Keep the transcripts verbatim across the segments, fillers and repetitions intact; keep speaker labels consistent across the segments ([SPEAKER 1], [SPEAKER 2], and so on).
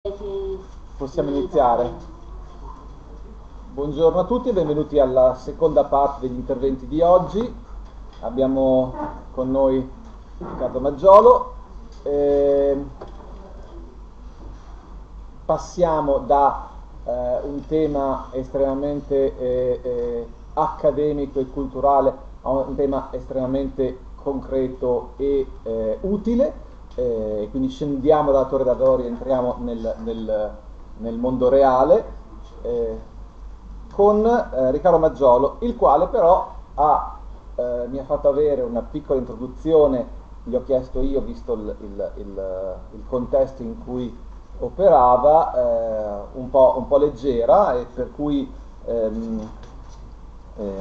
[SPEAKER 1] Possiamo iniziare. Buongiorno a tutti e benvenuti alla seconda parte degli interventi di oggi. Abbiamo con noi Riccardo Maggiolo. Eh, passiamo da eh, un tema estremamente eh, eh, accademico e culturale a un tema estremamente concreto e eh, utile. Eh, quindi scendiamo dalla Torre d'Adoro e entriamo nel, nel, nel mondo reale eh, con eh, Riccardo Maggiolo, il quale però ha, eh, mi ha fatto avere una piccola introduzione. Gli ho chiesto io, visto il, il, il, il contesto in cui operava, eh, un, po', un po' leggera, e per cui ehm, ehm,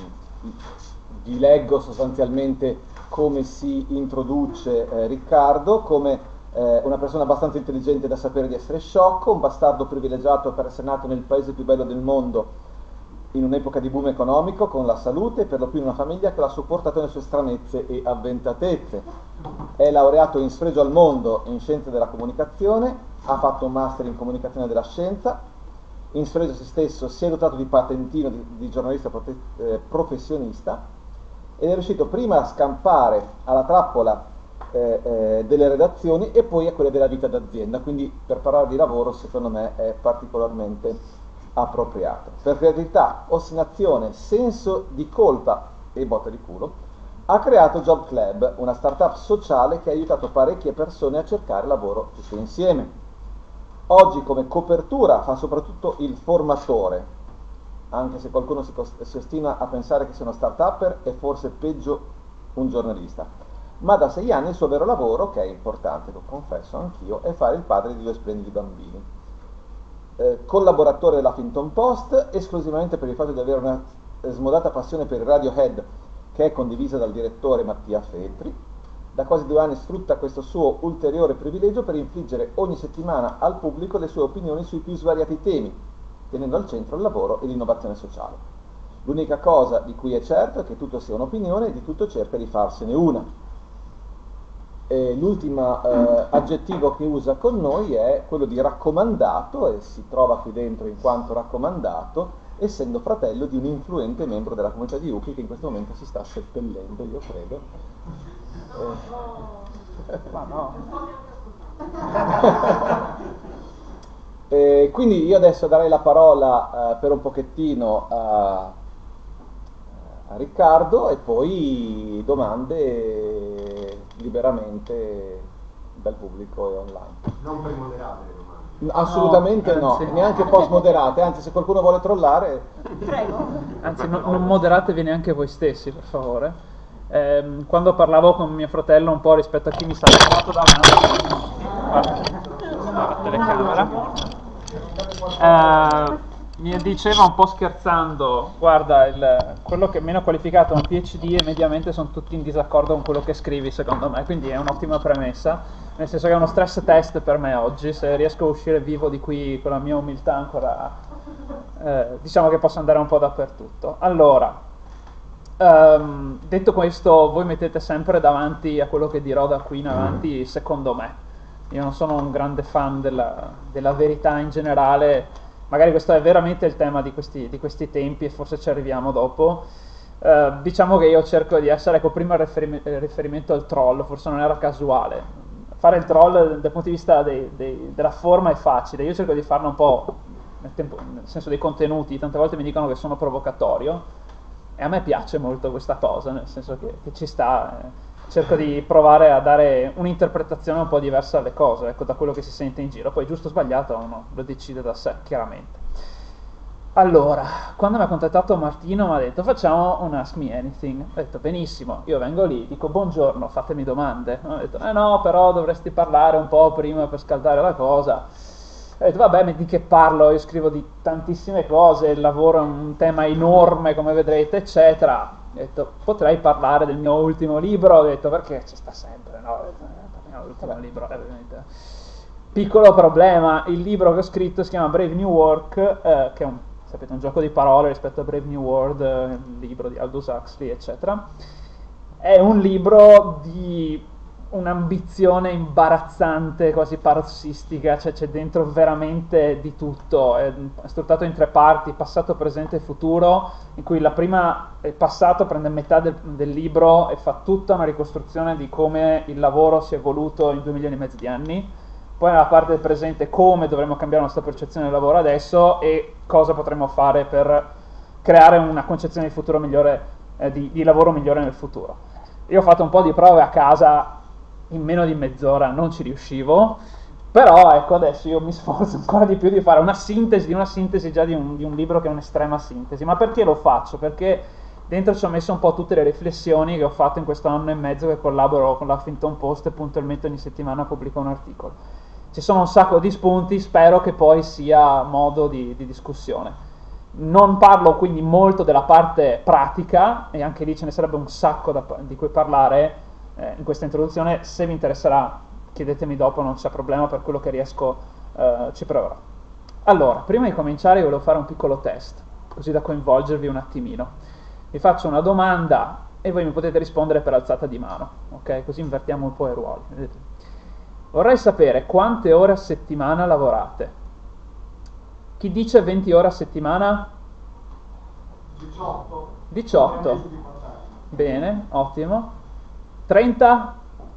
[SPEAKER 1] vi leggo sostanzialmente come si introduce eh, Riccardo, come eh, una persona abbastanza intelligente da sapere di essere sciocco, un bastardo privilegiato per essere nato nel paese più bello del mondo in un'epoca di boom economico, con la salute e per lo più in una famiglia che l'ha supportato nelle sue stranezze e avventatezze. È laureato in sfregio al mondo in scienze della comunicazione, ha fatto un master in comunicazione della scienza, in sfregio a se stesso si è dotato di patentino di, di giornalista prote- eh, professionista, ed è riuscito prima a scampare alla trappola eh, eh, delle redazioni e poi a quelle della vita d'azienda. Quindi per parlare di lavoro secondo me è particolarmente appropriato. Per creatività, ostinazione, senso di colpa e botta di culo, ha creato Job Club, una startup sociale che ha aiutato parecchie persone a cercare lavoro tutte insieme. Oggi come copertura fa soprattutto il formatore, anche se qualcuno si, si ostina a pensare che sia uno start-upper e forse peggio un giornalista. Ma da sei anni il suo vero lavoro, che è importante, lo confesso anch'io, è fare il padre di due splendidi bambini. Eh, collaboratore della Huffington Post, esclusivamente per il fatto di avere una smodata passione per il Radiohead, che è condivisa dal direttore Mattia Feltri. Da quasi due anni sfrutta questo suo ulteriore privilegio per infliggere ogni settimana al pubblico le sue opinioni sui più svariati temi, tenendo al centro il lavoro e l'innovazione sociale. L'unica cosa di cui è certo è che tutto sia un'opinione e di tutto cerca di farsene una. E l'ultimo eh, aggettivo che usa con noi è quello di raccomandato, e si trova qui dentro in quanto raccomandato, essendo fratello di un influente membro della comunità di Uki che in questo momento si sta seppellendo, io credo. Eh. Ma no. E quindi io adesso darei la parola uh, per un pochettino a, a Riccardo e poi domande liberamente dal pubblico e online.
[SPEAKER 2] Non premoderate le domande.
[SPEAKER 1] Assolutamente no,
[SPEAKER 3] no,
[SPEAKER 1] neanche post moderate, anzi se qualcuno vuole trollare...
[SPEAKER 4] Prego.
[SPEAKER 3] Anzi, no, non moderatevi neanche voi stessi, per favore. Eh, quando parlavo con mio fratello un po' rispetto a chi mi stava parlando davanti, la telecamera, eh, mi diceva un po' scherzando: guarda, il, quello che è meno qualificato ha un P H D e mediamente sono tutti in disaccordo con quello che scrivi, secondo me, quindi è un'ottima premessa, nel senso che è uno stress test per me oggi. Se riesco a uscire vivo di qui con la mia umiltà ancora, eh, diciamo che posso andare un po' dappertutto. Allora, Um, detto questo, voi mettete sempre davanti a quello che dirò da qui in avanti secondo me. Io non sono un grande fan della, della verità in generale, magari questo è veramente il tema di questi, di questi tempi e forse ci arriviamo dopo. Uh, diciamo che io cerco di essere, ecco, prima il riferim- riferimento al troll, forse non era casuale. Fare il troll dal punto di vista dei, dei, della forma è facile, io cerco di farlo un po' nel, tempo, nel senso dei contenuti. Tante volte mi dicono che sono provocatorio, e a me piace molto questa cosa, nel senso che, che ci sta, eh, cerco di provare a dare un'interpretazione un po' diversa alle cose, ecco, da quello che si sente in giro. Poi giusto o sbagliato no, lo decide da sé, chiaramente. Allora, quando mi ha contattato Martino mi ha detto: facciamo un Ask Me Anything. Ho detto: benissimo, io vengo lì, dico buongiorno, fatemi domande. Ho detto: eh no, però dovresti parlare un po' prima per scaldare la cosa. Ho detto: vabbè, di che parlo? Io scrivo di tantissime cose, il lavoro è un tema enorme, come vedrete, eccetera. Ho detto: potrei parlare del mio ultimo libro. Ho detto: perché ci sta sempre, no? Ho detto: eh, parliamo dell'ultimo libro, eh, ovviamente. Piccolo problema, il libro che ho scritto si chiama Brave New Work, eh, che è un, sapete, un gioco di parole rispetto a Brave New World, eh, il libro di Aldous Huxley, eccetera. È un libro di un'ambizione imbarazzante, quasi parossistica, cioè c'è dentro veramente di tutto, è strutturato in tre parti, passato, presente e futuro, in cui la prima, il passato, prende metà del, del libro e fa tutta una ricostruzione di come il lavoro si è evoluto in due milioni e mezzo di anni, poi nella parte del presente come dovremmo cambiare la nostra percezione del lavoro adesso e cosa potremmo fare per creare una concezione di futuro migliore, eh, di, di lavoro migliore nel futuro. Io ho fatto un po' di prove a casa, in meno di mezz'ora non ci riuscivo, però ecco adesso io mi sforzo ancora di più di fare una sintesi di una sintesi già di un, di un libro che è un'estrema sintesi. Ma perché lo faccio? Perché dentro ci ho messo un po' tutte le riflessioni che ho fatto in questo anno e mezzo che collaboro con l'Huffington Post e puntualmente ogni settimana pubblico un articolo. Ci sono un sacco di spunti, spero che poi sia modo di, di discussione. Non parlo quindi molto della parte pratica, e anche lì ce ne sarebbe un sacco da, di cui parlare, Eh, in questa introduzione. Se vi interesserà chiedetemi dopo, non c'è problema, per quello che riesco eh, ci proverò. Allora, prima di cominciare io volevo fare un piccolo test, così da coinvolgervi un attimino. Vi faccio una domanda e voi mi potete rispondere per alzata di mano, ok? Così invertiamo un po' i ruoli. Vedete? Vorrei sapere quante ore a settimana lavorate. Chi dice venti ore a settimana?
[SPEAKER 2] diciotto.
[SPEAKER 3] diciotto. Bene, ottimo. trenta?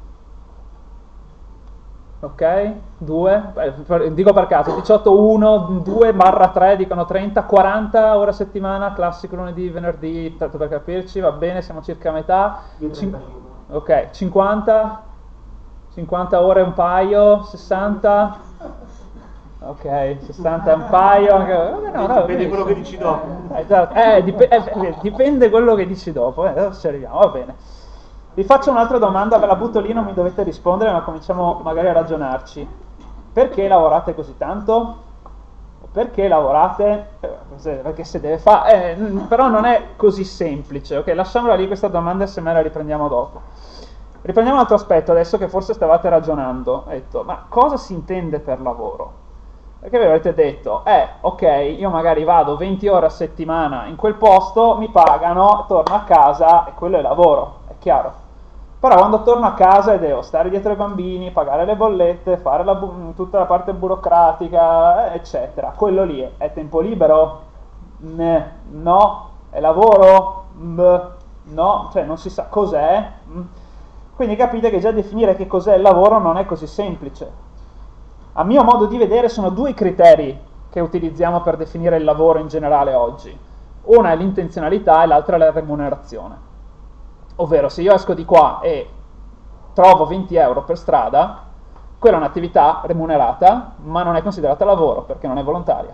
[SPEAKER 3] Ok, due, eh, dico per caso, diciotto, uno, due barra tre dicono trenta, quaranta ore a settimana, classico lunedì, venerdì, tanto per capirci, va bene, siamo circa a metà. Cin- ok, cinquanta, cinquanta ore un paio, sessanta, ok, sessanta un paio, anche, no, no,
[SPEAKER 2] dipende quello che dici dopo.
[SPEAKER 3] Eh, dip- eh, dipende quello che dici dopo, eh, adesso ci arriviamo, va bene. Vi faccio un'altra domanda, ve la butto lì, non mi dovete rispondere, ma cominciamo magari a ragionarci. Perché lavorate così tanto? Perché lavorate? Eh, perché se deve fare... Eh, però non è così semplice, ok? Lasciamola lì questa domanda e se me la riprendiamo dopo. Riprendiamo un altro aspetto, adesso che forse stavate ragionando. Ho detto, ma cosa si intende per lavoro? Perché vi avete detto, eh, ok, io magari vado venti ore a settimana in quel posto, mi pagano, torno a casa e quello è lavoro, è chiaro. Però quando torno a casa e devo stare dietro ai bambini, pagare le bollette, fare la bu- tutta la parte burocratica, eh, eccetera, quello lì è, è tempo libero? Ne, no. È lavoro? M, no. Cioè non si sa cos'è. Mm. Quindi capite che già definire che cos'è il lavoro non è così semplice. A mio modo di vedere sono due i criteri che utilizziamo per definire il lavoro in generale oggi. Una è l'intenzionalità e l'altra è la remunerazione. Ovvero, se io esco di qua e trovo venti euro per strada, quella è un'attività remunerata, ma non è considerata lavoro, perché non è volontaria.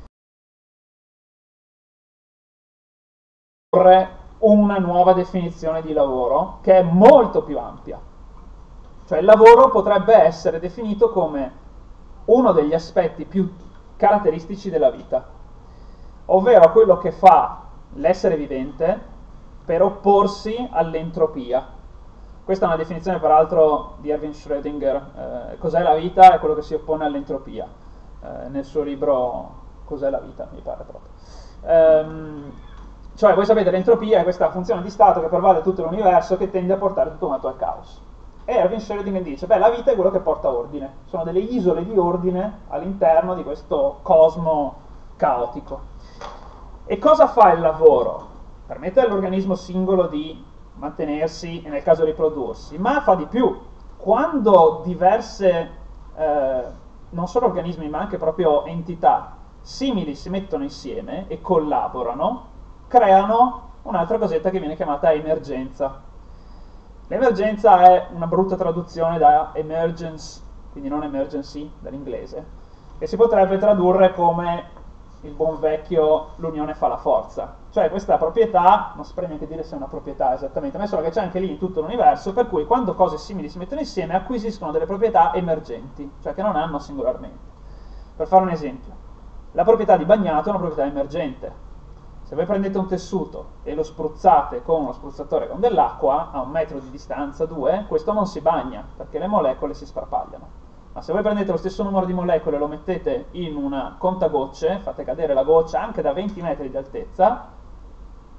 [SPEAKER 3] Occorre una nuova definizione di lavoro, che è molto più ampia. Cioè, il lavoro potrebbe essere definito come uno degli aspetti più caratteristici della vita, ovvero quello che fa l'essere vivente per opporsi all'entropia. Questa è una definizione peraltro di Erwin Schrödinger. Eh, cos'è la vita? È quello che si oppone all'entropia, eh, nel suo libro Cos'è la vita, mi pare proprio. Ehm, cioè, voi sapete, l'entropia è questa funzione di stato che pervade tutto l'universo, che tende a portare tutto quanto al caos. E Erwin Schrödinger dice, beh, la vita è quello che porta ordine, sono delle isole di ordine all'interno di questo cosmo caotico. E cosa fa il lavoro? Permette all'organismo singolo di mantenersi e nel caso riprodursi, ma fa di più. Quando diverse, eh, non solo organismi ma anche proprio entità simili si mettono insieme e collaborano, creano un'altra cosetta che viene chiamata emergenza. L'emergenza è una brutta traduzione da emergence, quindi non emergency dall'inglese, che si potrebbe tradurre come il buon vecchio l'unione fa la forza. Cioè questa proprietà, non saprei neanche dire se è una proprietà esattamente, ma è solo che c'è anche lì in tutto l'universo, per cui quando cose simili si mettono insieme acquisiscono delle proprietà emergenti, cioè che non hanno singolarmente. Per fare un esempio, la proprietà di bagnato è una proprietà emergente. Se voi prendete un tessuto e lo spruzzate con uno spruzzatore con dell'acqua a un metro di distanza, due, questo non si bagna, perché le molecole si sparpagliano. Ma se voi prendete lo stesso numero di molecole e lo mettete in una contagocce, fate cadere la goccia anche da venti metri di altezza,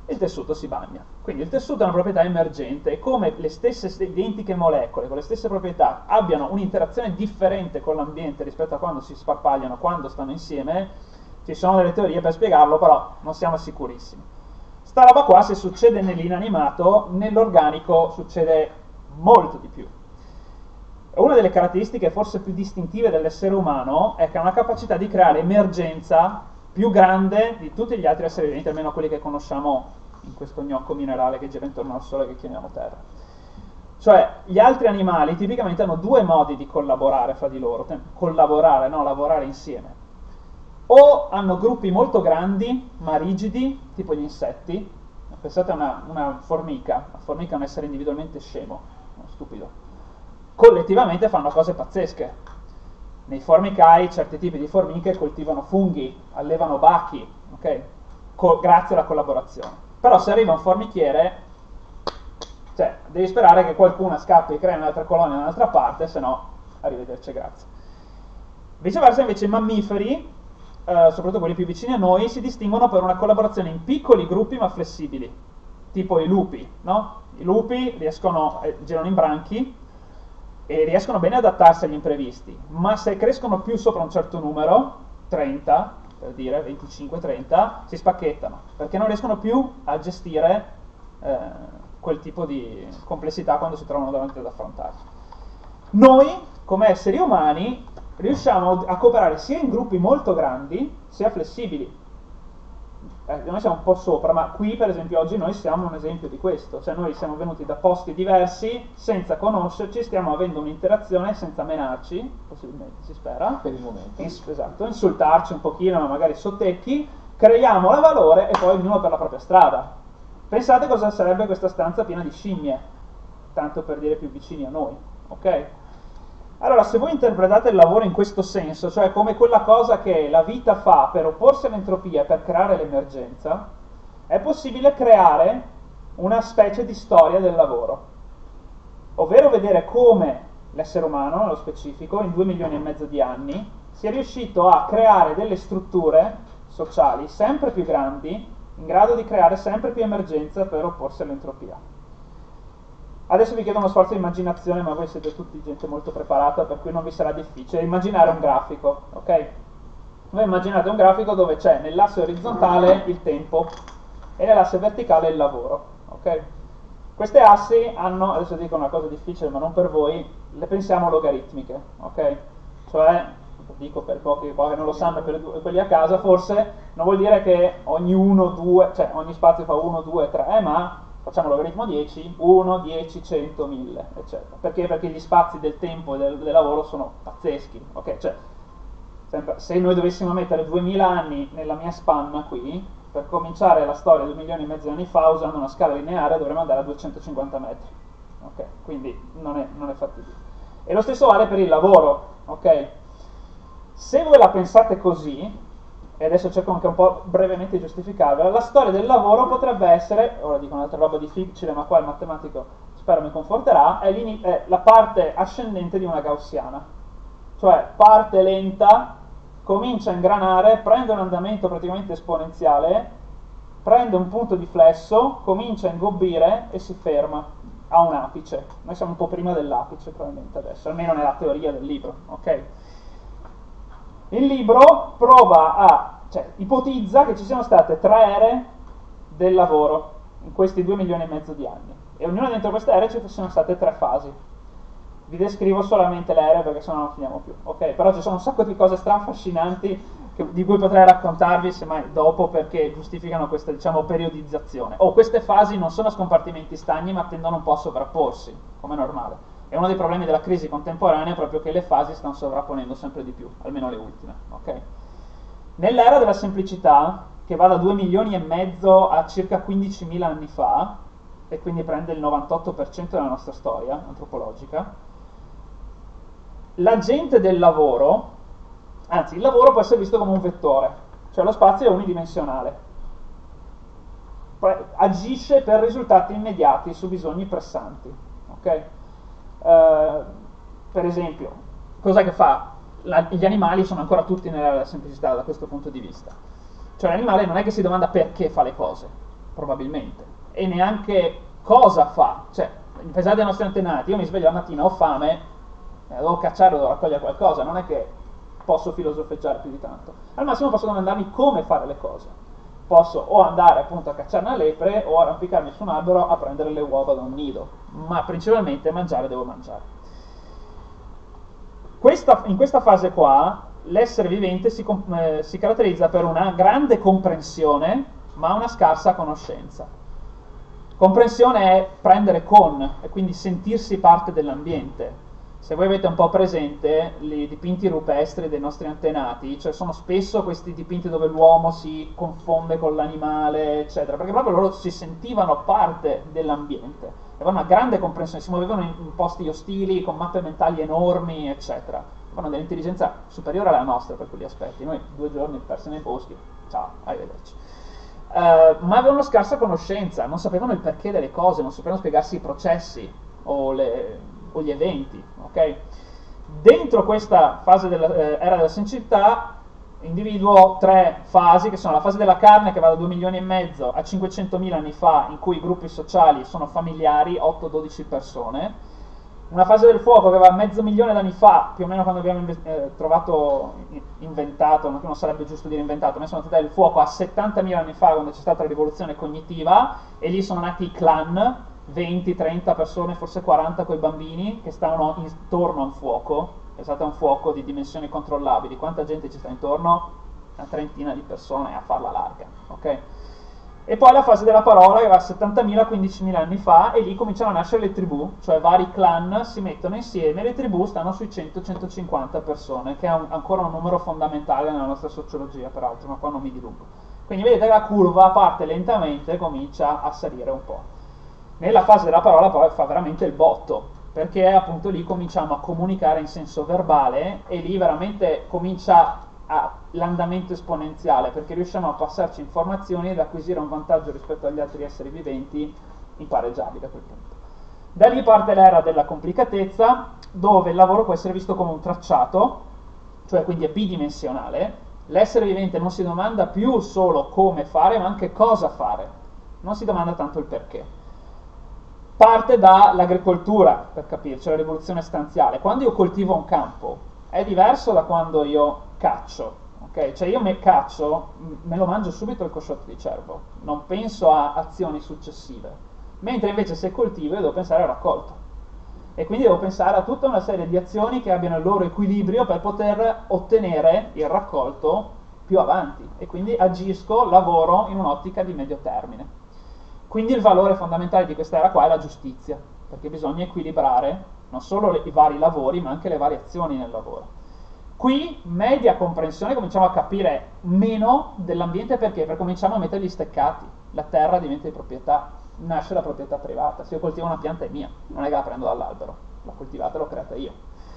[SPEAKER 3] il tessuto si bagna. Quindi il tessuto è una proprietà emergente e come le stesse identiche molecole con le stesse proprietà abbiano un'interazione differente con l'ambiente rispetto a quando si sparpagliano, quando stanno insieme, ci sono delle teorie per spiegarlo, però non siamo sicurissimi. Sta roba qua, se succede nell'inanimato, nell'organico succede molto di più. Una delle caratteristiche forse più distintive dell'essere umano è che ha una capacità di creare emergenza più grande di tutti gli altri esseri viventi, almeno quelli che conosciamo in questo gnocco minerale che gira intorno al Sole che chiamiamo Terra. Cioè, gli altri animali tipicamente hanno due modi di collaborare fra di loro, collaborare, no, lavorare insieme. O hanno gruppi molto grandi, ma rigidi, tipo gli insetti. Pensate a una, una formica, la formica è un essere individualmente scemo, stupido. Collettivamente fanno cose pazzesche. Nei formicai certi tipi di formiche coltivano funghi, allevano bachi, ok? Co- grazie alla collaborazione. Però se arriva un formichiere, cioè, devi sperare che qualcuno scappi e crei un'altra colonia da un'altra parte, se no, arrivederci, grazie. Viceversa, invece, i mammiferi, eh, soprattutto quelli più vicini a noi, si distinguono per una collaborazione in piccoli gruppi ma flessibili, tipo i lupi, no? I lupi riescono, eh, girano in branchi, e riescono bene ad adattarsi agli imprevisti, ma se crescono più sopra un certo numero, trenta, per dire, venticinque trenta, si spacchettano, perché non riescono più a gestire eh, quel tipo di complessità quando si trovano davanti ad affrontare. Noi, come esseri umani, riusciamo a cooperare sia in gruppi molto grandi, sia flessibili. Eh, noi siamo un po' sopra, ma qui per esempio oggi noi siamo un esempio di questo, cioè noi siamo venuti da posti diversi, senza conoscerci, stiamo avendo un'interazione senza menarci, possibilmente si spera,
[SPEAKER 1] per il momento,
[SPEAKER 3] Ins- esatto, insultarci un pochino, ma magari sottecchi, creiamo la valore e poi ognuno per la propria strada. Pensate cosa sarebbe questa stanza piena di scimmie, tanto per dire più vicini a noi, ok? Allora, se voi interpretate il lavoro in questo senso, cioè come quella cosa che la vita fa per opporsi all'entropia e per creare l'emergenza, è possibile creare una specie di storia del lavoro, ovvero vedere come l'essere umano, nello specifico, in due milioni e mezzo di anni, sia riuscito a creare delle strutture sociali sempre più grandi, in grado di creare sempre più emergenza per opporsi all'entropia. Adesso vi chiedo uno sforzo di immaginazione, ma voi siete tutti gente molto preparata, per cui non vi sarà difficile immaginare un grafico, ok? Voi immaginate un grafico dove c'è nell'asse orizzontale il tempo e nell'asse verticale il lavoro, ok? Queste assi hanno, adesso dico una cosa difficile ma non per voi, le pensiamo logaritmiche, ok? Cioè, lo dico per pochi qua che non lo sanno, per quelli a casa, forse non vuol dire che ogni uno, due, cioè ogni spazio fa uno, due, tre, eh, ma facciamo logaritmo dieci, uno, dieci, cento, mille, eccetera. Perché? Perché gli spazi del tempo e del, del lavoro sono pazzeschi, ok? Cioè, sempre, se noi dovessimo mettere duemila anni nella mia spanna qui, per cominciare la storia due milioni e mezzo di anni fa, usando una scala lineare, dovremmo andare a duecentocinquanta metri, ok? Quindi non è, non è fattibile. E lo stesso vale per il lavoro, ok? Se voi la pensate così, e adesso cerco anche un po' brevemente di giustificarvela, la storia del lavoro potrebbe essere, ora dico un'altra roba difficile, ma qua il matematico spero mi conforterà, è, è la parte ascendente di una gaussiana. Cioè parte lenta, comincia a ingranare, prende un andamento praticamente esponenziale, prende un punto di flesso, comincia a ingobbire e si ferma a un apice. Noi siamo un po' prima dell'apice probabilmente adesso, almeno nella teoria del libro, ok? Il libro prova a, cioè ipotizza che ci siano state tre ere del lavoro in questi due milioni e mezzo di anni e ognuna dentro queste ere ci sono state tre fasi. Vi descrivo solamente le ere perché sennò non finiamo più, ok? Però ci sono un sacco di cose strafascinanti che, di cui potrei raccontarvi semmai dopo, perché giustificano questa, diciamo, periodizzazione. O oh, queste fasi non sono scompartimenti stagni ma tendono un po' a sovrapporsi, come è normale. E uno dei problemi della crisi contemporanea è proprio che le fasi stanno sovrapponendo sempre di più, almeno le ultime, ok? Nell'era della semplicità, che va da due milioni e mezzo a circa quindicimila anni fa, e quindi prende il novantotto per cento della nostra storia antropologica, la gente del lavoro, anzi il lavoro può essere visto come un vettore, cioè lo spazio è unidimensionale, agisce per risultati immediati su bisogni pressanti, ok? Uh, per esempio, cosa che fa? La, gli animali sono ancora tutti nella semplicità da questo punto di vista. Cioè l'animale non è che si domanda perché fa le cose, probabilmente, e neanche cosa fa. Cioè, pensate ai nostri antenati, io mi sveglio la mattina, ho fame, eh, devo cacciare, devo raccogliere qualcosa, non è che posso filosofeggiare più di tanto. Al massimo posso domandarmi come fare le cose. Posso o andare appunto a cacciare una lepre o arrampicarmi su un albero a prendere le uova da un nido, ma principalmente mangiare devo mangiare. Questa, in questa fase qua l'essere vivente si, eh, si caratterizza per una grande comprensione ma una scarsa conoscenza. Comprensione è prendere con e quindi sentirsi parte dell'ambiente. Se voi avete un po' presente i dipinti rupestri dei nostri antenati, cioè sono spesso questi dipinti dove l'uomo si confonde con l'animale, eccetera, perché proprio loro si sentivano parte dell'ambiente, avevano una grande comprensione, si muovevano in, in posti ostili, con mappe mentali enormi, eccetera. Avevano dell'intelligenza superiore alla nostra per quegli aspetti. Noi due giorni persi nei boschi, ciao, arrivederci. Uh, ma avevano scarsa conoscenza, non sapevano il perché delle cose, non sapevano spiegarsi i processi o le... o gli eventi, ok? Dentro questa fase della, eh, era della sincerità individuo tre fasi, che sono la fase della carne, che va da due milioni e mezzo a cinquecentomila anni fa, in cui i gruppi sociali sono familiari, otto dodici persone, una fase del fuoco che va a mezzo milione d'anni fa, più o meno quando abbiamo eh, trovato, inventato, non sarebbe giusto dire inventato, ma sono andati del fuoco a settantamila anni fa, quando c'è stata la rivoluzione cognitiva, e lì sono nati i clan, venti trenta persone, forse quaranta coi bambini, che stavano intorno a un fuoco. Pensate a un fuoco di dimensioni controllabili, quanta gente ci sta intorno? Una trentina di persone a farla larga, ok? E poi la fase della parola che va a settantamila quindicimila anni fa, e lì cominciano a nascere le tribù, cioè vari clan si mettono insieme, le tribù stanno sui cento centocinquanta persone, che è un, ancora un numero fondamentale nella nostra sociologia peraltro, ma qua non mi dilungo. Quindi vedete che la curva parte lentamente e comincia a salire un po'. Nella fase della parola poi fa veramente il botto, perché appunto lì cominciamo a comunicare in senso verbale e lì veramente comincia l'andamento esponenziale, perché riusciamo a passarci informazioni ed acquisire un vantaggio rispetto agli altri esseri viventi impareggiabile a quel punto. Da lì parte l'era della complicatezza, dove il lavoro può essere visto come un tracciato, cioè quindi è bidimensionale. L'essere vivente non si domanda più solo come fare, ma anche cosa fare, non si domanda tanto il perché. Parte dall'agricoltura, per capirci, la rivoluzione stanziale. Quando io coltivo un campo è diverso da quando io caccio, ok? Cioè io me caccio, me lo mangio subito il cosciotto di cervo, non penso a azioni successive, mentre invece se coltivo io devo pensare al raccolto e quindi devo pensare a tutta una serie di azioni che abbiano il loro equilibrio per poter ottenere il raccolto più avanti, e quindi agisco, lavoro in un'ottica di medio termine. Quindi il valore fondamentale di questa era qua è la giustizia, perché bisogna equilibrare non solo le, i vari lavori, ma anche le varie azioni nel lavoro. Qui, media comprensione, cominciamo a capire meno dell'ambiente, perché? Perché cominciamo a mettere gli steccati, la terra diventa di proprietà, nasce la proprietà privata. Se io coltivo una pianta è mia, non è che la prendo dall'albero, l'ho coltivata e l'ho creata io.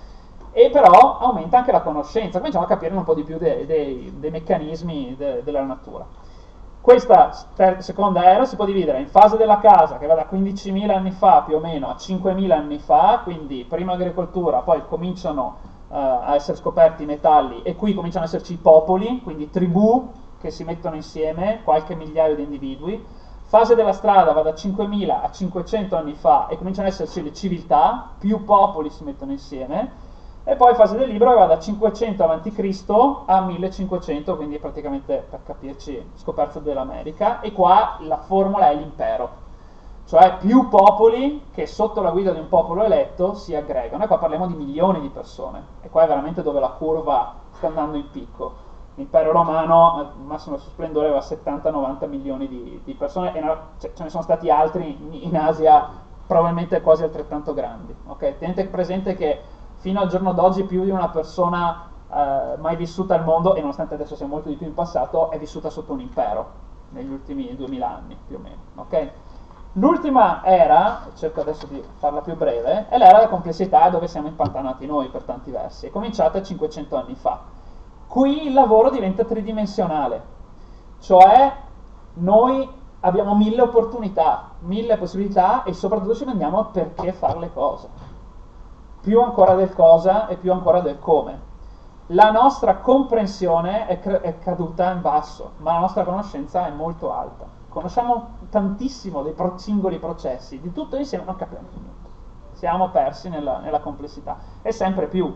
[SPEAKER 3] E però aumenta anche la conoscenza, cominciamo a capire un po' di più dei, dei, dei meccanismi de, della natura. Questa seconda era si può dividere in fase della casa, che va da quindicimila anni fa più o meno a cinquemila anni fa, quindi prima agricoltura, poi cominciano uh, a essere scoperti i metalli, e qui cominciano ad esserci i popoli, quindi tribù che si mettono insieme, qualche migliaio di individui. Fase della strada va da cinquemila a cinquecento anni fa e cominciano ad esserci le civiltà, più popoli si mettono insieme. E poi fase del libro che va da cinquecento avanti Cristo a millecinquecento, quindi praticamente, per capirci, scoperta dell'America, e qua la formula è l'impero, cioè più popoli che sotto la guida di un popolo eletto si aggregano, e qua parliamo di milioni di persone, e qua è veramente dove la curva sta andando in picco. L'impero romano, al massimo del suo splendore, aveva settanta novanta milioni di, di persone, e no, cioè, ce ne sono stati altri in, in Asia probabilmente quasi altrettanto grandi. Okay? Tenete presente che fino al giorno d'oggi più di una persona eh, mai vissuta al mondo, e nonostante adesso sia molto di più in passato, è vissuta sotto un impero negli ultimi duemila anni più o meno. Okay? L'ultima era, cerco adesso di farla più breve, è l'era della complessità, dove siamo impantanati noi per tanti versi. È cominciata cinquecento anni fa. Qui il lavoro diventa tridimensionale, cioè noi abbiamo mille opportunità, mille possibilità, e soprattutto ci domandiamo a perché fare le cose. Più ancora del cosa e più ancora del come. La nostra comprensione è, è caduta in basso, ma la nostra conoscenza è molto alta. conosciamo tantissimo dei pro singoli processi, di tutto insieme non capiamo più niente. Siamo persi nella, nella complessità. E sempre più.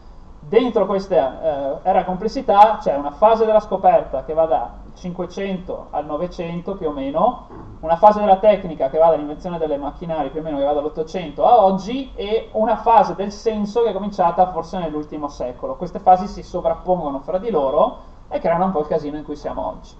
[SPEAKER 3] Dentro questa eh, era complessità c'è una fase della scoperta che va dal cinquecento al novecento più o meno, una fase della tecnica che va dall'invenzione delle macchinari più o meno che va dall'ottocento a oggi, e una fase del senso che è cominciata forse nell'ultimo secolo. Queste fasi si sovrappongono fra di loro e creano un po' il casino in cui siamo oggi.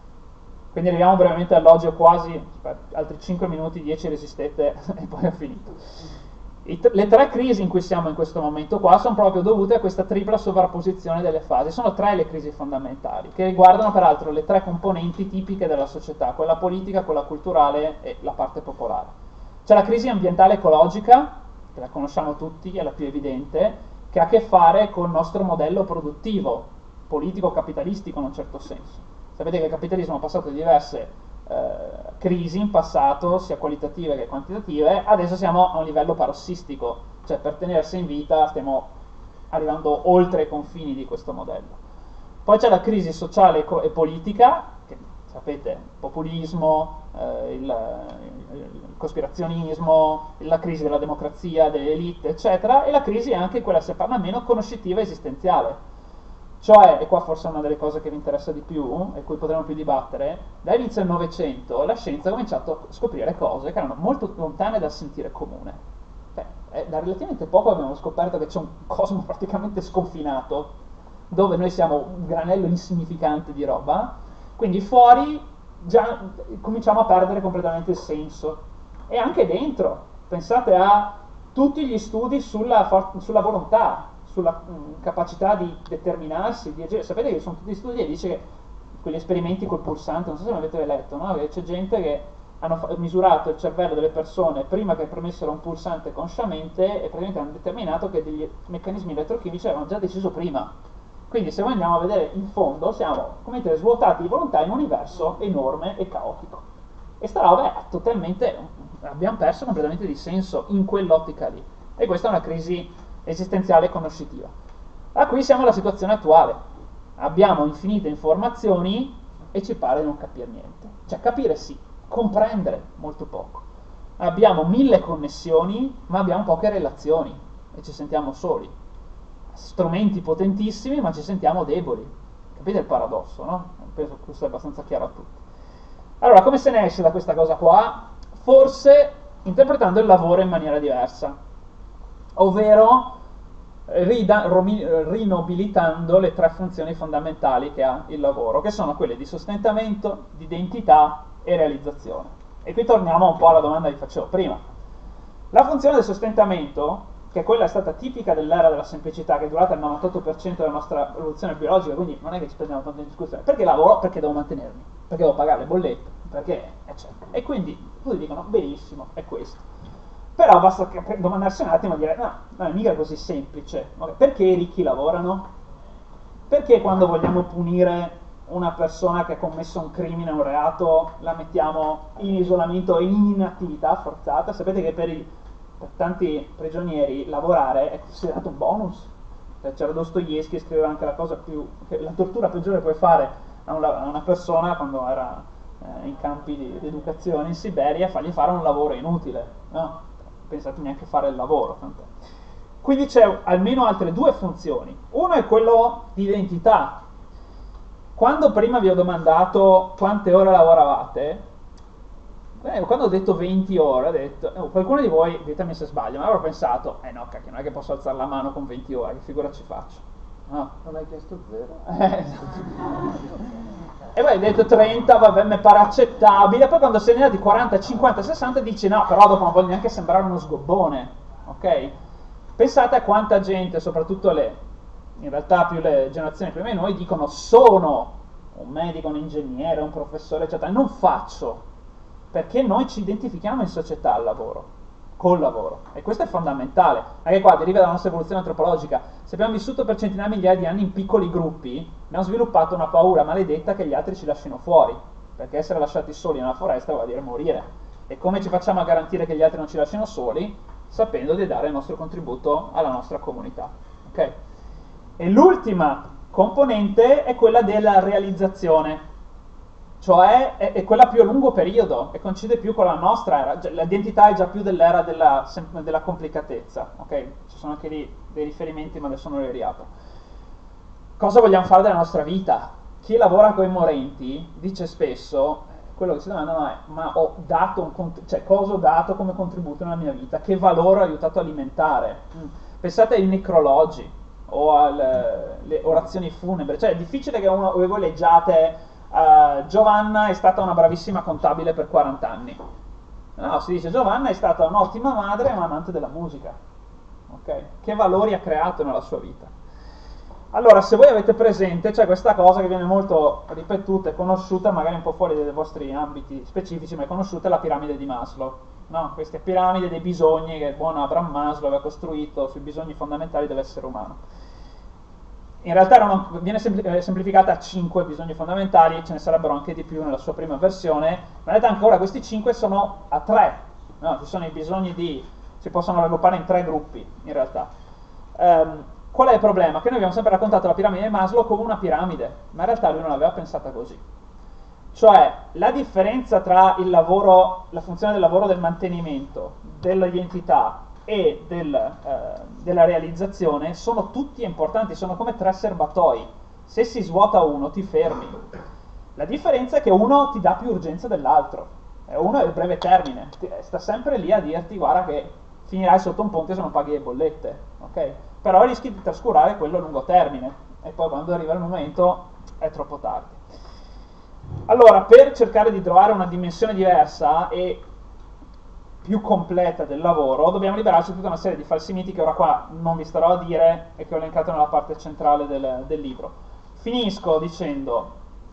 [SPEAKER 3] Quindi arriviamo brevemente all'oggi, quasi altri cinque minuti, dieci resistete e poi ho finito. I, le tre crisi in cui siamo in questo momento qua sono proprio dovute a questa tripla sovrapposizione delle fasi. Sono tre le crisi fondamentali, che riguardano peraltro le tre componenti tipiche della società, quella politica, quella culturale e la parte popolare. C'è la crisi ambientale ecologica, che la conosciamo tutti, è la più evidente, che ha a che fare con il nostro modello produttivo, politico-capitalistico in un certo senso. Sapete che il capitalismo ha passato diverse Eh, crisi in passato, sia qualitative che quantitative. Adesso siamo a un livello parossistico, cioè per tenersi in vita stiamo arrivando oltre i confini di questo modello. Poi c'è la crisi sociale e politica, che sapete, populismo, eh, il, il cospirazionismo, la crisi della democrazia, delle elite, eccetera, e la crisi è anche quella, se parla meno, conoscitiva esistenziale. Cioè, e qua forse è una delle cose che vi interessa di più, e cui potremo più dibattere, dall'inizio del Novecento la scienza ha cominciato a scoprire cose che erano molto lontane dal sentire comune. Beh, eh, da relativamente poco abbiamo scoperto che c'è un cosmo praticamente sconfinato, dove noi siamo un granello insignificante di roba, quindi fuori già cominciamo a perdere completamente il senso. E anche dentro, pensate a tutti gli studi sulla, sulla volontà, sulla mh, capacità di determinarsi, di agire. Sapete che sono tutti studi e dice che quegli esperimenti col pulsante, non so se l'avete letto, no? Che c'è gente che hanno misurato il cervello delle persone prima che premessero un pulsante consciamente e praticamente hanno determinato che degli meccanismi elettrochimici avevano già deciso prima. Quindi se noi andiamo a vedere in fondo siamo, come dire, svuotati di volontà in un universo enorme e caotico. E sta roba è totalmente, abbiamo perso completamente di senso in quell'ottica lì. E questa è una crisi esistenziale e conoscitiva. Da qui siamo alla situazione attuale. Abbiamo infinite informazioni e ci pare di non capire niente. Cioè capire sì, comprendere molto poco. Abbiamo mille connessioni, ma abbiamo poche relazioni e ci sentiamo soli. Strumenti potentissimi, ma ci sentiamo deboli. Capite il paradosso, no? Penso che questo è abbastanza chiaro a tutti. Allora, come se ne esce da questa cosa qua? Forse interpretando il lavoro in maniera diversa, ovvero rinobilitando le tre funzioni fondamentali che ha il lavoro, che sono quelle di sostentamento, di identità e realizzazione. E qui torniamo un po' alla domanda che vi facevo prima. La funzione del sostentamento, che quella è stata tipica dell'era della semplicità, che è durata il novantotto per cento della nostra evoluzione biologica, quindi non è che ci prendiamo tanto in discussione. Perché lavoro? Perché devo mantenermi, perché devo pagare le bollette, perché eccetera. E quindi tutti dicono benissimo, è questo. Però basta domandarsi un attimo e dire no, non è mica così semplice. Perché i ricchi lavorano? Perché quando vogliamo punire una persona che ha commesso un crimine, un reato, la mettiamo in isolamento e in inattività forzata? Sapete che per, i, per tanti prigionieri lavorare è considerato un bonus. C'era Dostoevsky che scriveva anche la cosa più, che la tortura peggiore che puoi fare a una, a una persona quando era eh, in campi di, di educazione in Siberia è fargli fare un lavoro inutile, no? Pensate neanche a fare il lavoro. Tant'è. Quindi c'è almeno altre due funzioni. Uno è quello di identità. Quando prima vi ho domandato quante ore lavoravate, eh, quando ho detto venti ore, ho detto, eh, qualcuno di voi, ditemi se sbaglio, ma avrò pensato, eh no, cacchio, non è che posso alzare la mano con venti ore, che figura ci faccio? No.
[SPEAKER 1] Non hai chiesto zero?
[SPEAKER 3] Eh, e poi hai detto trenta, vabbè, mi pare accettabile. Poi quando se ne dati quaranta, cinquanta, sessanta dici no, però dopo non voglio neanche sembrare uno sgobbone, ok? Pensate a quanta gente, soprattutto le, in realtà più le generazioni prima di noi, dicono sono un medico, un ingegnere, un professore, eccetera. Non faccio, perché noi ci identifichiamo in società al lavoro, col lavoro, e questo è fondamentale. Anche qua deriva dalla nostra evoluzione antropologica. Se abbiamo vissuto per centinaia di migliaia di anni in piccoli gruppi, abbiamo sviluppato una paura maledetta che gli altri ci lasciano fuori, perché essere lasciati soli nella foresta vuol dire morire. E come ci facciamo a garantire che gli altri non ci lasciano soli? Sapendo di dare il nostro contributo alla nostra comunità. Okay? E l'ultima componente è quella della realizzazione. cioè è, è quella più a lungo periodo e coincide più con la nostra era, l'identità è già più dell'era della, della complicatezza, ok? Ci sono anche lì dei riferimenti, ma adesso non li riapro. Cosa vogliamo fare della nostra vita? Chi lavora con i morenti dice spesso, quello che si domandano è, ma ho dato un, cioè cosa ho dato come contributo nella mia vita? Che valore ho aiutato a alimentare? Mm. Pensate ai necrologi o alle orazioni funebri, cioè è difficile che uno, voi leggiate uh, Giovanna è stata una bravissima contabile per quaranta anni. No, si dice Giovanna è stata un'ottima madre e un'amante della musica. Okay? Che valori ha creato nella sua vita? Allora, se voi avete presente, c'è questa cosa che viene molto ripetuta e conosciuta, magari un po' fuori dai vostri ambiti specifici, ma è conosciuta, è la piramide di Maslow. No? Questa piramide dei bisogni che il buon Abraham Maslow aveva costruito sui bisogni fondamentali dell'essere umano. In realtà erano, viene semplificata a cinque bisogni fondamentali, ce ne sarebbero anche di più nella sua prima versione, ma in realtà ancora questi cinque sono a tre. No? Ci sono i bisogni di... si possono raggruppare in tre gruppi, in realtà. Um, Qual è il problema? Che noi abbiamo sempre raccontato la piramide di Maslow come una piramide, ma in realtà lui non l'aveva pensata così. Cioè, la differenza tra il lavoro, la funzione del lavoro del mantenimento, dell'identità e del, eh, della realizzazione sono tutti importanti, sono come tre serbatoi. Se si svuota uno, ti fermi. La differenza è che uno ti dà più urgenza dell'altro, uno è il breve termine, sta sempre lì a dirti guarda che finirai sotto un ponte se non paghi le bollette, ok? Però rischi di trascurare quello a lungo termine e poi quando arriva il momento è troppo tardi. Allora, per cercare di trovare una dimensione diversa e più completa del lavoro, dobbiamo liberarci di tutta una serie di falsi miti che ora qua non vi starò a dire e che ho elencato nella parte centrale del, del libro. Finisco dicendo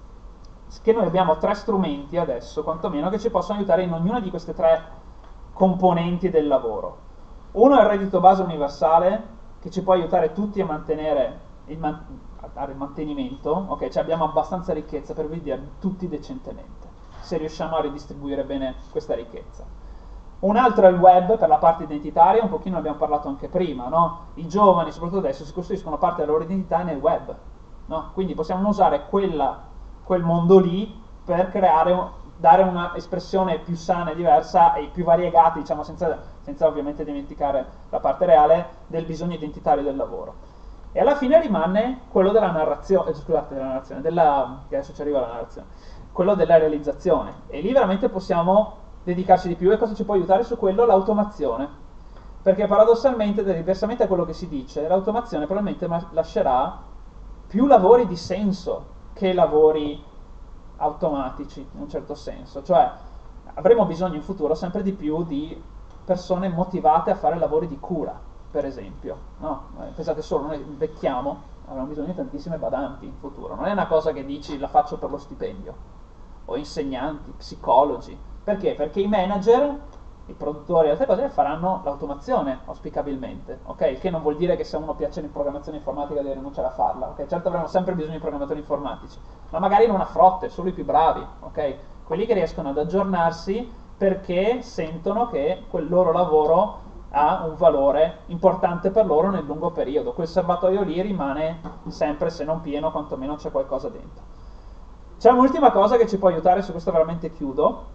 [SPEAKER 3] che noi abbiamo tre strumenti adesso, quantomeno, che ci possono aiutare in ognuna di queste tre componenti del lavoro. Uno è il reddito base universale, che ci può aiutare tutti a mantenere il, man- a dare il mantenimento, ok? Cioè abbiamo abbastanza ricchezza per vivere tutti decentemente, se riusciamo a ridistribuire bene questa ricchezza. Un altro è il web per la parte identitaria, un pochino ne abbiamo parlato anche prima, no? I giovani, soprattutto adesso, si costruiscono parte della loro identità nel web, no? Quindi possiamo usare quella, quel mondo lì per creare un, dare una espressione più sana e diversa e più variegata, diciamo, senza, senza ovviamente dimenticare la parte reale del bisogno identitario del lavoro. E alla fine rimane quello della narrazione, eh, scusate, della narrazione, della, che adesso ci arriva la narrazione, quello della realizzazione. E lì veramente possiamo dedicarci di più. E cosa ci può aiutare su quello? L'automazione. Perché paradossalmente, diversamente da quello che si dice, l'automazione probabilmente lascerà più lavori di senso che lavori automatici, in un certo senso. Cioè, avremo bisogno in futuro sempre di più di persone motivate a fare lavori di cura, per esempio. No? Pensate solo, noi invecchiamo, avremo bisogno di tantissime badanti in futuro. Non è una cosa che dici la faccio per lo stipendio. O insegnanti, psicologi. Perché? Perché i manager, i produttori e altre cose faranno l'automazione, auspicabilmente, ok? Che non vuol dire che se a uno piace la programmazione informatica deve rinunciare a farla, ok? Certo avremo sempre bisogno di programmatori informatici, ma magari non a frotte, solo i più bravi, ok? Quelli che riescono ad aggiornarsi perché sentono che quel loro lavoro ha un valore importante per loro nel lungo periodo. Quel serbatoio lì rimane sempre, se non pieno, quantomeno c'è qualcosa dentro. C'è un'ultima cosa che ci può aiutare, su questo veramente chiudo,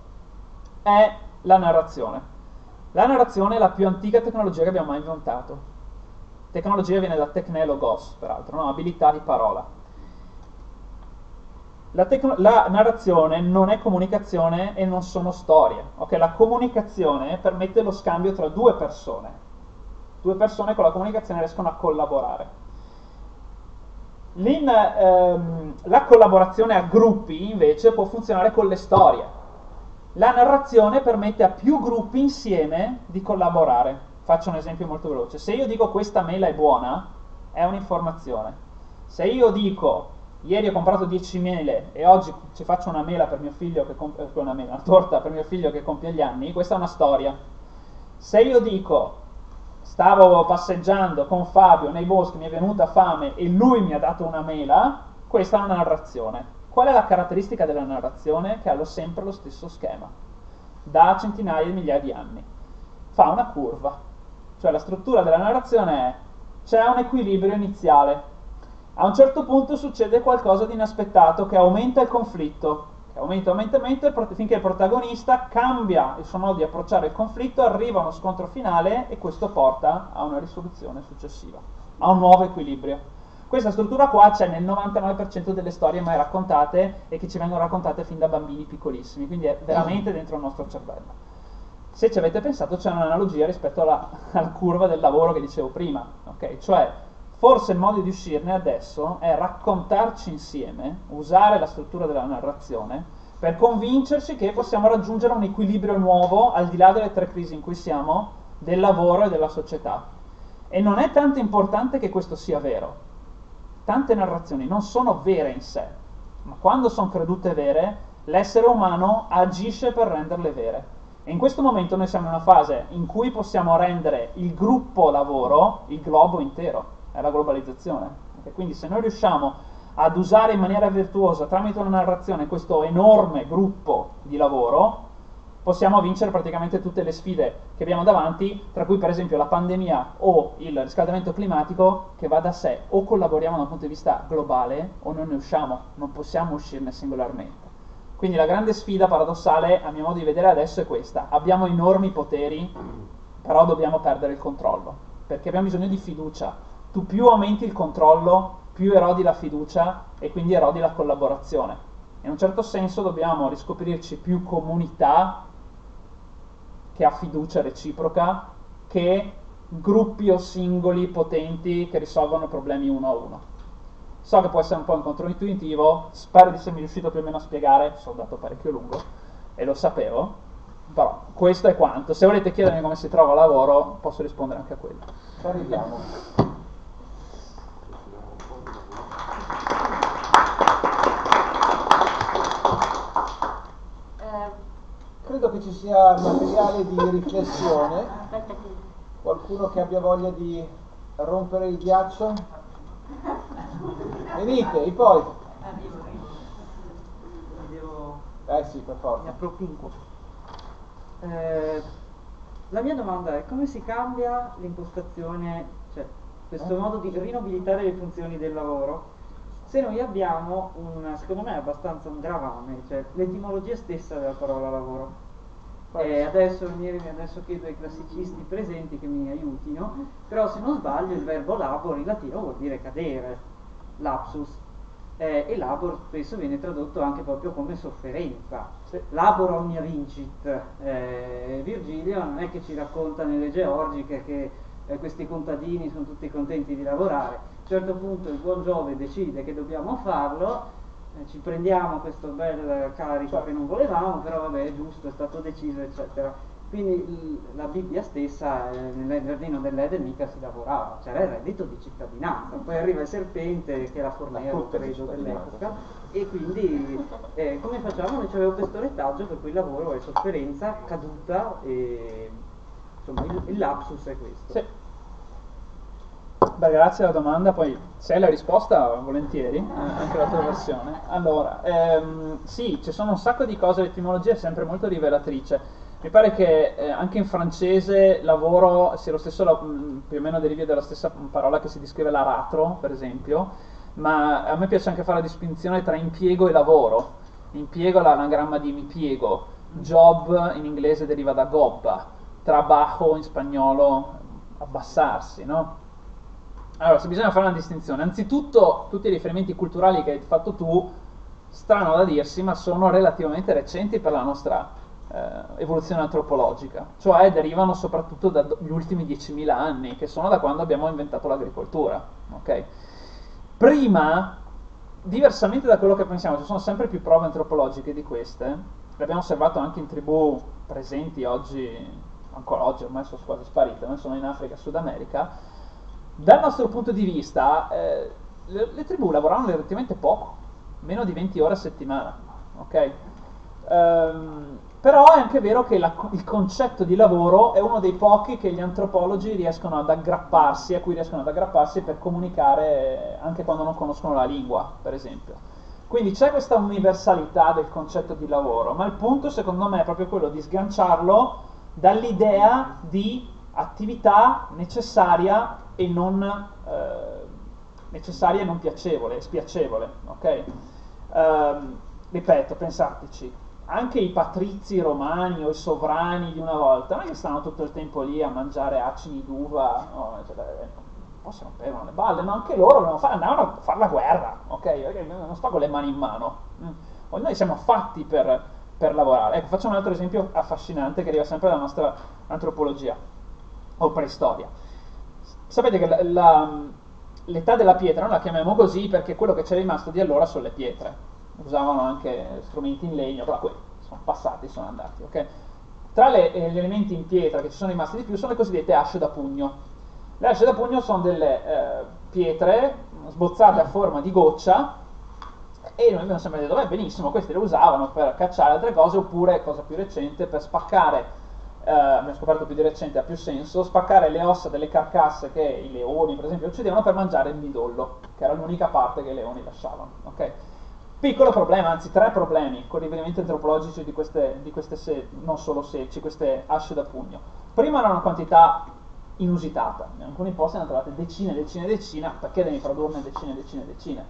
[SPEAKER 3] è la narrazione. La narrazione è la più antica tecnologia che abbiamo mai inventato. Tecnologia viene da tecnelogos, peraltro, no? Abilità di parola. La, tecno- la narrazione non è comunicazione e non sono storie. Okay? La comunicazione permette lo scambio tra due persone. Due persone con la comunicazione riescono a collaborare. L'in, ehm, la collaborazione a gruppi, invece, può funzionare con le storie. La narrazione permette a più gruppi insieme di collaborare. Faccio un esempio molto veloce. Se io dico questa mela è buona, è un'informazione. Se io dico ieri ho comprato dieci mele e oggi ci faccio una mela per mio figlio che compie, una mela, una torta per mio figlio che compie gli anni, questa è una storia. Se io dico stavo passeggiando con Fabio nei boschi, mi è venuta fame e lui mi ha dato una mela, questa è una narrazione. Qual è la caratteristica della narrazione? Che ha sempre lo stesso schema, da centinaia di migliaia di anni. Fa una curva, cioè la struttura della narrazione è: c'è un equilibrio iniziale, a un certo punto succede qualcosa di inaspettato che aumenta il conflitto, che aumenta, aumenta, aumenta finché il protagonista cambia il suo modo di approcciare il conflitto, arriva a uno scontro finale e questo porta a una risoluzione successiva, a un nuovo equilibrio. Questa struttura qua c'è nel novantanove per cento delle storie mai raccontate e che ci vengono raccontate fin da bambini piccolissimi, quindi è veramente dentro il nostro cervello. Se ci avete pensato c'è un'analogia rispetto alla, alla curva del lavoro che dicevo prima, ok? Cioè forse il modo di uscirne adesso è raccontarci insieme, usare la struttura della narrazione per convincerci che possiamo raggiungere un equilibrio nuovo al di là delle tre crisi in cui siamo, del lavoro e della società. E non è tanto importante che questo sia vero. Tante narrazioni non sono vere in sé, ma quando sono credute vere, l'essere umano agisce per renderle vere. E in questo momento noi siamo in una fase in cui possiamo rendere il gruppo lavoro il globo intero, è la globalizzazione. Okay? Quindi se noi riusciamo ad usare in maniera virtuosa tramite una narrazione questo enorme gruppo di lavoro, possiamo vincere praticamente tutte le sfide che abbiamo davanti, tra cui per esempio la pandemia o il riscaldamento climatico, che va da sé: o collaboriamo da un punto di vista globale o non ne usciamo, non possiamo uscirne singolarmente. Quindi la grande sfida paradossale, a mio modo di vedere adesso, è questa: abbiamo enormi poteri, però dobbiamo perdere il controllo, perché abbiamo bisogno di fiducia. Tu più aumenti il controllo, più erodi la fiducia e quindi erodi la collaborazione. In un certo senso dobbiamo riscoprirci più comunità che ha fiducia reciproca che gruppi o singoli potenti che risolvono problemi uno a uno. So che può essere un po' controintuitivo, spero di essermi riuscito più o meno a spiegare, sono andato parecchio lungo e lo sapevo, però questo è quanto. Se volete chiedermi come si trova lavoro, posso rispondere anche a quello.
[SPEAKER 1] Ci arriviamo. Credo che ci sia materiale di riflessione. Qualcuno che abbia voglia di rompere il ghiaccio? Venite, Ippolito. Eh sì, per forza.
[SPEAKER 4] Mi appropinquo. Eh, la mia domanda è: come si cambia l'impostazione, cioè questo
[SPEAKER 1] Eh?
[SPEAKER 4] modo di rinobilitare le funzioni del lavoro, se noi abbiamo un, secondo me, abbastanza un gravame, cioè l'etimologia stessa della parola lavoro. E adesso, adesso chiedo ai classicisti presenti che mi aiutino, però se non sbaglio il verbo labor in latino vuol dire cadere, lapsus, eh, e labor spesso viene tradotto anche proprio come sofferenza. Sì. Labor omnia vincit. eh, Virgilio non è che ci racconta nelle Georgiche che eh, questi contadini sono tutti contenti di lavorare. A un certo punto il buon Giove decide che dobbiamo farlo, eh, ci prendiamo questo bel carico, cioè, che non volevamo, però vabbè, è giusto, è stato deciso, eccetera. Quindi l- la Bibbia stessa, eh, nel giardino dell'Eden mica si lavorava, c'era il reddito di cittadinanza, poi arriva il serpente che era fornero, credo, dell'epoca, e quindi eh, come facciamo? Noi avevo questo retaggio per cui il lavoro è sofferenza, caduta, e insomma il, il lapsus è questo.
[SPEAKER 3] Sì. Beh, grazie alla domanda, poi se hai la risposta volentieri, eh, anche la tua versione. Allora, ehm, sì, ci sono un sacco di cose, l'etimologia è sempre molto rivelatrice. Mi pare che eh, anche in francese lavoro sia lo stesso, la, più o meno derivi dalla stessa parola che si descrive l'aratro, per esempio, ma a me piace anche fare la distinzione tra impiego e lavoro. Impiego è l'anagramma di mi piego, job in inglese deriva da gobba, trabajo in spagnolo abbassarsi, no? Allora, se bisogna fare una distinzione, anzitutto tutti i riferimenti culturali che hai fatto tu, strano da dirsi, ma sono relativamente recenti per la nostra eh, evoluzione antropologica, cioè derivano soprattutto dagli ultimi diecimila anni, che sono da quando abbiamo inventato l'agricoltura, ok? Prima, diversamente da quello che pensiamo, ci sono sempre più prove antropologiche di queste, le abbiamo osservato anche in tribù presenti oggi, ancora oggi ormai sono quasi sparite, ma sono in Africa e Sud America. Dal nostro punto di vista, eh, le, le tribù lavoravano relativamente poco, meno di venti ore a settimana, ok? Ehm, però è anche vero che la, il concetto di lavoro è uno dei pochi che gli antropologi riescono ad aggrapparsi, a cui riescono ad aggrapparsi per comunicare anche quando non conoscono la lingua, per esempio. Quindi c'è questa universalità del concetto di lavoro, ma il punto secondo me è proprio quello di sganciarlo dall'idea di attività necessaria e non eh, necessaria e non piacevole, spiacevole, ok? Um, ripeto, pensateci, anche i patrizi romani o i sovrani di una volta non è che stanno tutto il tempo lì a mangiare acini d'uva, no, cioè, un po' si rompevano le balle, ma anche loro andavano a fare, andavano a fare la guerra, ok? Perché non sto con le mani in mano. Mm. Noi siamo fatti per, per lavorare. Ecco, faccio un altro esempio affascinante che arriva sempre dalla nostra antropologia o preistoria. Sapete che la, la, l'età della pietra non la chiamiamo così perché quello che c'è rimasto di allora sono le pietre. Usavano anche strumenti in legno, però quelli sono passati, sono andati, ok? Tra le, eh, gli elementi in pietra che ci sono rimasti di più sono le cosiddette asce da pugno. Le asce da pugno sono delle eh, pietre sbozzate a forma di goccia e noi abbiamo sempre detto, beh, benissimo, queste le usavano per cacciare altre cose oppure, cosa più recente, per spaccare, eh, abbiamo scoperto più di recente, ha più senso, spaccare le ossa delle carcasse che i leoni, per esempio, uccidevano per mangiare il midollo, che era l'unica parte che i leoni lasciavano, ok? Piccolo problema, anzi tre problemi con i riferimenti antropologici di queste, di queste se, non solo selci, queste asce da pugno. Prima era una quantità inusitata, in alcuni posti ne hanno trovate decine, decine, decine, perché devi produrne decine, decine, decine.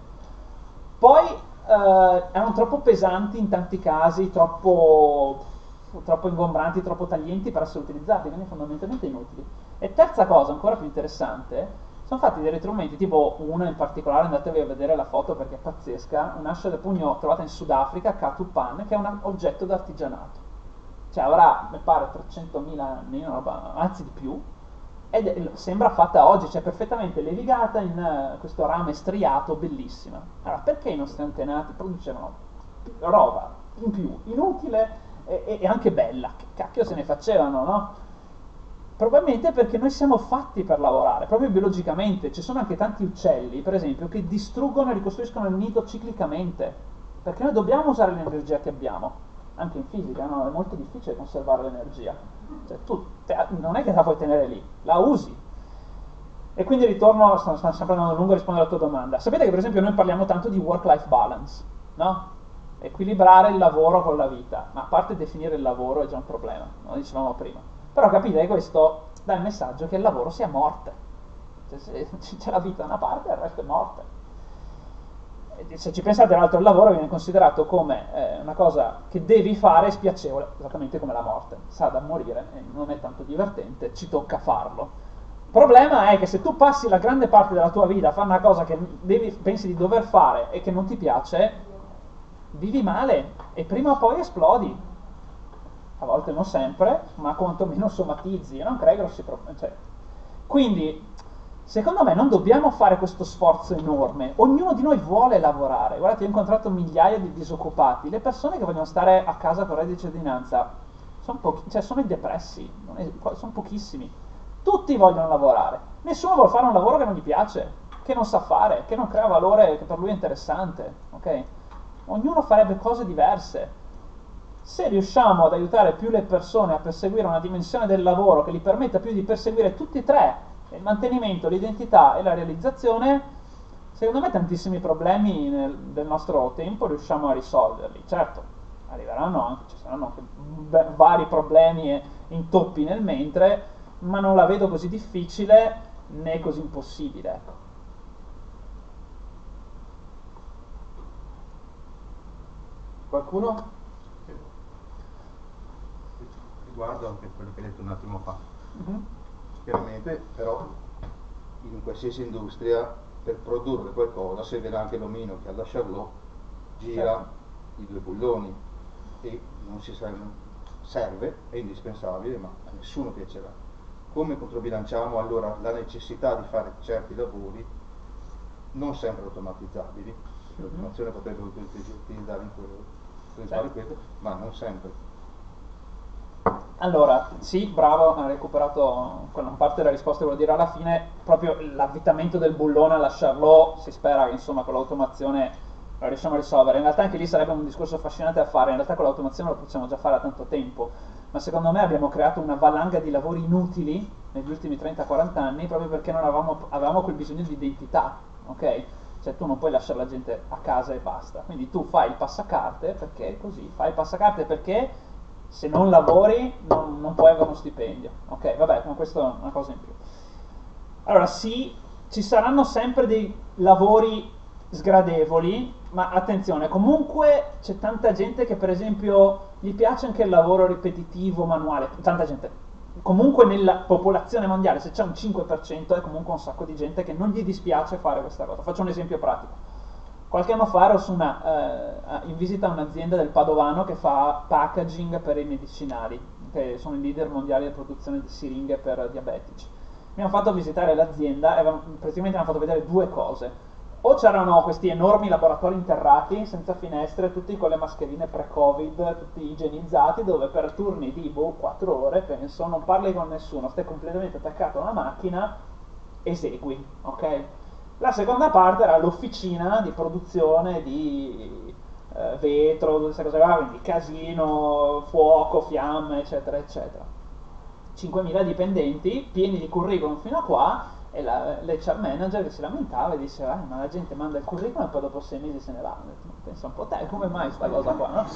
[SPEAKER 3] Poi eh, erano troppo pesanti in tanti casi, troppo, troppo ingombranti, troppo taglienti per essere utilizzati, quindi fondamentalmente inutili. E terza cosa, ancora più interessante, sono fatti dei ritrumenti, tipo uno in particolare, andatevi a vedere la foto perché è pazzesca, un'ascia da pugno trovata in Sudafrica, Katupan, che è un oggetto d'artigianato. Cioè avrà, mi pare, trecentomila anni, una roba, anzi di più, ed è, sembra fatta oggi, cioè perfettamente levigata in uh, questo rame striato, bellissima. Allora, perché i nostri antenati producevano roba in più, inutile e, e, e anche bella? Che cacchio se ne facevano, no? Probabilmente perché noi siamo fatti per lavorare, proprio biologicamente. Ci sono anche tanti uccelli, per esempio, che distruggono e ricostruiscono il nido ciclicamente, perché noi dobbiamo usare l'energia che abbiamo, anche in fisica, no? È molto difficile conservare l'energia. Cioè, tu te, non è che la puoi tenere lì, la usi. E quindi ritorno, sto, sto sempre andando a lungo a rispondere alla tua domanda. Sapete che per esempio noi parliamo tanto di work-life balance, no? Equilibrare il lavoro con la vita, ma a parte definire il lavoro è già un problema, lo dicevamo prima. Però capite che questo dà il messaggio che il lavoro sia morte. Cioè, se c'è la vita da una parte, il resto è morte. E se ci pensate, l'altro il lavoro viene considerato come eh, una cosa che devi fare spiacevole, esattamente come la morte. Sa da morire, e non è tanto divertente, ci tocca farlo. Il problema è che se tu passi la grande parte della tua vita a fare una cosa che devi, pensi di dover fare e che non ti piace, vivi male e prima o poi esplodi. A volte non sempre, ma quantomeno somatizzi, e non crei grossi problemi. Cioè, quindi, secondo me non dobbiamo fare questo sforzo enorme. Ognuno di noi vuole lavorare. Guardate, io ho incontrato migliaia di disoccupati. Le persone che vogliono stare a casa con reddito di cittadinanza sono, pochi, cioè sono i depressi, non è, sono pochissimi. Tutti vogliono lavorare. Nessuno vuole fare un lavoro che non gli piace, che non sa fare, che non crea valore, che per lui è interessante. Ok? Ognuno farebbe cose diverse. Se riusciamo ad aiutare più le persone a perseguire una dimensione del lavoro che gli permetta più di perseguire tutti e tre, il mantenimento, l'identità e la realizzazione, secondo me tantissimi problemi nel, del nostro tempo riusciamo a risolverli. Certo, arriveranno anche, ci saranno anche b- vari problemi e intoppi nel mentre, ma non la vedo così difficile né così impossibile, ecco.
[SPEAKER 1] Qualcuno?
[SPEAKER 2] Riguardo anche quello che hai detto un attimo fa.
[SPEAKER 3] Mm-hmm.
[SPEAKER 2] Chiaramente, però, in qualsiasi industria, per produrre qualcosa servirà anche l'omino che alla Charlot gira
[SPEAKER 3] Certo.
[SPEAKER 2] i due bulloni e non si serve, serve, è indispensabile, ma a nessuno piacerà. Come controbilanciamo allora la necessità di fare certi lavori non sempre automatizzabili, perché l'automazione potrebbe utilizzare in quello, utilizzare
[SPEAKER 3] Certo.
[SPEAKER 2] questo, ma non sempre.
[SPEAKER 3] Allora, sì, bravo, ha recuperato quella parte della risposta, volevo dire alla fine, proprio l'avvitamento del bullone alla Charlot, si spera che insomma con l'automazione lo riusciamo a risolvere. In realtà anche lì sarebbe un discorso affascinante da fare, in realtà con l'automazione lo possiamo già fare da tanto tempo, ma secondo me abbiamo creato una valanga di lavori inutili negli ultimi trenta quaranta anni proprio perché non avevamo, avevamo quel bisogno di identità, ok? Cioè tu non puoi lasciare la gente a casa e basta, quindi tu fai il passacarte perché è così, fai il passacarte perché se non lavori non, non puoi avere uno stipendio, ok? Vabbè, ma questa è una cosa in più. Allora sì, ci saranno sempre dei lavori sgradevoli, ma attenzione, comunque c'è tanta gente che per esempio gli piace anche il lavoro ripetitivo, manuale, tanta gente. Comunque nella popolazione mondiale, se c'è un cinque per cento, è comunque un sacco di gente che non gli dispiace fare questa cosa. Faccio un esempio pratico. Qualche anno fa ero su una, eh, in visita a un'azienda del Padovano che fa packaging per i medicinali, che sono i leader mondiali di produzione di siringhe per diabetici. Mi hanno fatto visitare l'azienda e praticamente mi hanno fatto vedere due cose. O c'erano questi enormi laboratori interrati, senza finestre, tutti con le mascherine pre-Covid, tutti igienizzati, dove per turni di boh, quattro ore, penso, non parli con nessuno, stai completamente attaccato a una macchina, esegui, ok? La seconda parte era l'officina di produzione di eh, vetro, tutte queste cose qua, quindi casino, fuoco, fiamme, eccetera, eccetera. cinquemila dipendenti, pieni di curriculum fino a qua, e l'H R manager che si lamentava e diceva eh, ma la gente manda il curriculum e poi dopo sei mesi se ne va. Pensa un po' te, come mai sta cosa qua, no?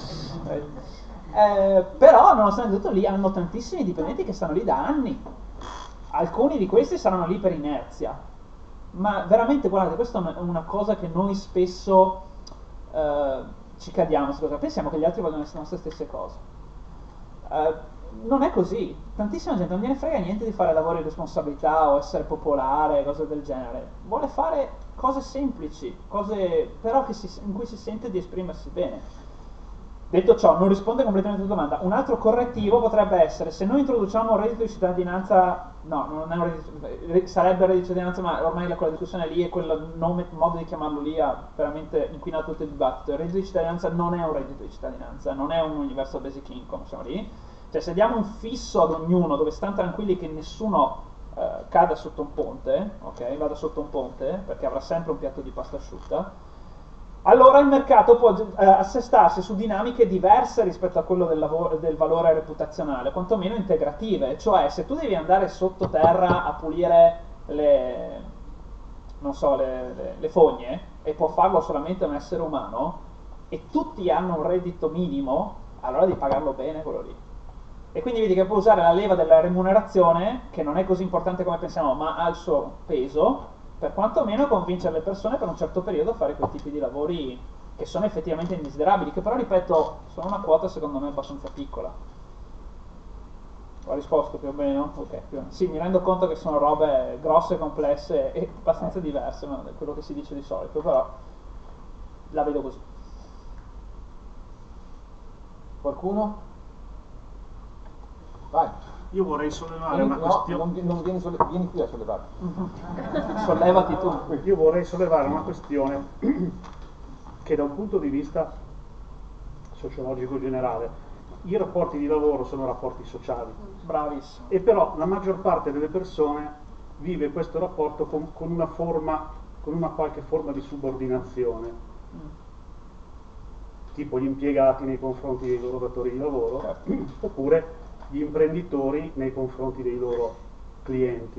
[SPEAKER 3] Eh, però nonostante tutto lì hanno tantissimi dipendenti che stanno lì da anni, alcuni di questi saranno lì per inerzia, ma veramente guardate, questa è una, una cosa che noi spesso eh, ci cadiamo, pensiamo che gli altri vogliono le nostre stesse cose. Eh, non è così, tantissima gente non gliene frega niente di fare lavori di responsabilità o essere popolare, cose del genere, vuole fare cose semplici, cose però che si, in cui si sente di esprimersi bene. Detto ciò, non risponde completamente alla domanda. Un altro correttivo potrebbe essere, se noi introduciamo un reddito di cittadinanza, no, non è un reddito, sarebbe un reddito di cittadinanza, ma ormai quella discussione lì e quel nome, modo di chiamarlo lì ha veramente inquinato tutto il dibattito. Il reddito di cittadinanza non è un reddito di cittadinanza, non è un universal basic income, siamo lì. Cioè se diamo un fisso ad ognuno dove stanno tranquilli che nessuno eh, cada sotto un ponte, ok, vada sotto un ponte, perché avrà sempre un piatto di pasta asciutta, allora il mercato può eh, assestarsi su dinamiche diverse rispetto a quello del, lavoro, del valore reputazionale, quantomeno integrative. Cioè se tu devi andare sottoterra a pulire le, non so, le, le, le fogne, e può farlo solamente un essere umano, e tutti hanno un reddito minimo, allora devi pagarlo bene quello lì. E quindi vedi che può usare la leva della remunerazione, che non è così importante come pensiamo, ma ha il suo peso, per quantomeno convincere le persone per un certo periodo a fare quei tipi di lavori che sono effettivamente indesiderabili, che però, ripeto, sono una quota secondo me abbastanza piccola. Ho risposto più o meno? Ok, più o meno. Sì, mi rendo conto che sono robe grosse, complesse e abbastanza diverse da quello che si dice di solito, però la vedo così.
[SPEAKER 1] Qualcuno? Vai.
[SPEAKER 5] Io vorrei sollevare
[SPEAKER 1] Vieni,
[SPEAKER 5] una
[SPEAKER 1] no,
[SPEAKER 5] questione.
[SPEAKER 1] non, non vieni, solle- vieni qui a sollevare.
[SPEAKER 3] Sollevati tu.
[SPEAKER 5] Io vorrei sollevare una questione che da un punto di vista sociologico generale, i rapporti di lavoro sono rapporti sociali.
[SPEAKER 3] Bravissimo.
[SPEAKER 5] E però la maggior parte delle persone vive questo rapporto con, con una forma, con una qualche forma di subordinazione. Mm. Tipo gli impiegati nei confronti dei loro datori di lavoro, certo. Oppure gli imprenditori nei confronti dei loro clienti.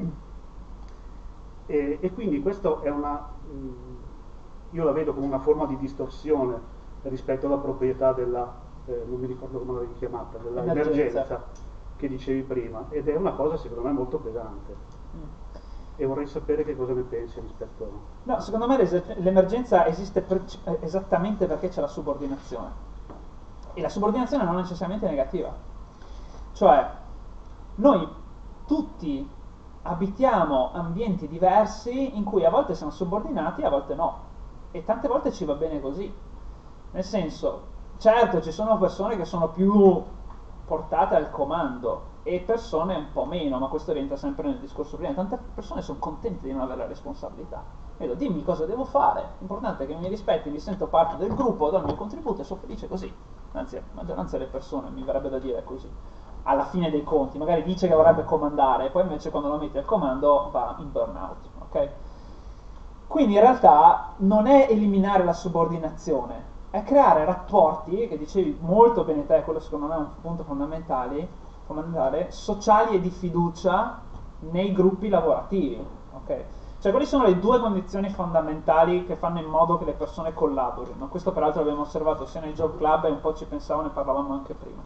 [SPEAKER 5] E, e quindi questo è una, io la vedo come una forma di distorsione rispetto alla proprietà della, eh, non mi ricordo come l'avevi chiamata, dell'emergenza che dicevi prima, ed è una cosa secondo me molto pesante. Mm. E vorrei sapere che cosa ne pensi rispetto a...
[SPEAKER 3] No, secondo me l'emergenza esiste per, esattamente perché c'è la subordinazione. E la subordinazione non è necessariamente negativa. Cioè, noi tutti abitiamo ambienti diversi in cui a volte siamo subordinati e a volte no. E tante volte ci va bene così. Nel senso, certo, ci sono persone che sono più portate al comando e persone un po' meno, ma questo rientra sempre nel discorso prima. Tante persone sono contente di non avere la responsabilità. Vedo, dimmi cosa devo fare, l'importante è che mi rispetti, mi sento parte del gruppo, do il mio contributo e sono felice così. Anzi, la maggioranza delle persone, mi verrebbe da dire, così. Alla fine dei conti, magari dice che vorrebbe comandare, e poi invece quando lo metti al comando va in burnout, ok? Quindi in realtà non è eliminare la subordinazione, è creare rapporti, che dicevi molto bene te, quello secondo me è un punto fondamentale, fondamentale sociali e di fiducia nei gruppi lavorativi, ok? Cioè quali sono le due condizioni fondamentali che fanno in modo che le persone collaborino? Questo peraltro l'abbiamo osservato sia nei job club e un po' ci pensavo, ne parlavamo anche prima.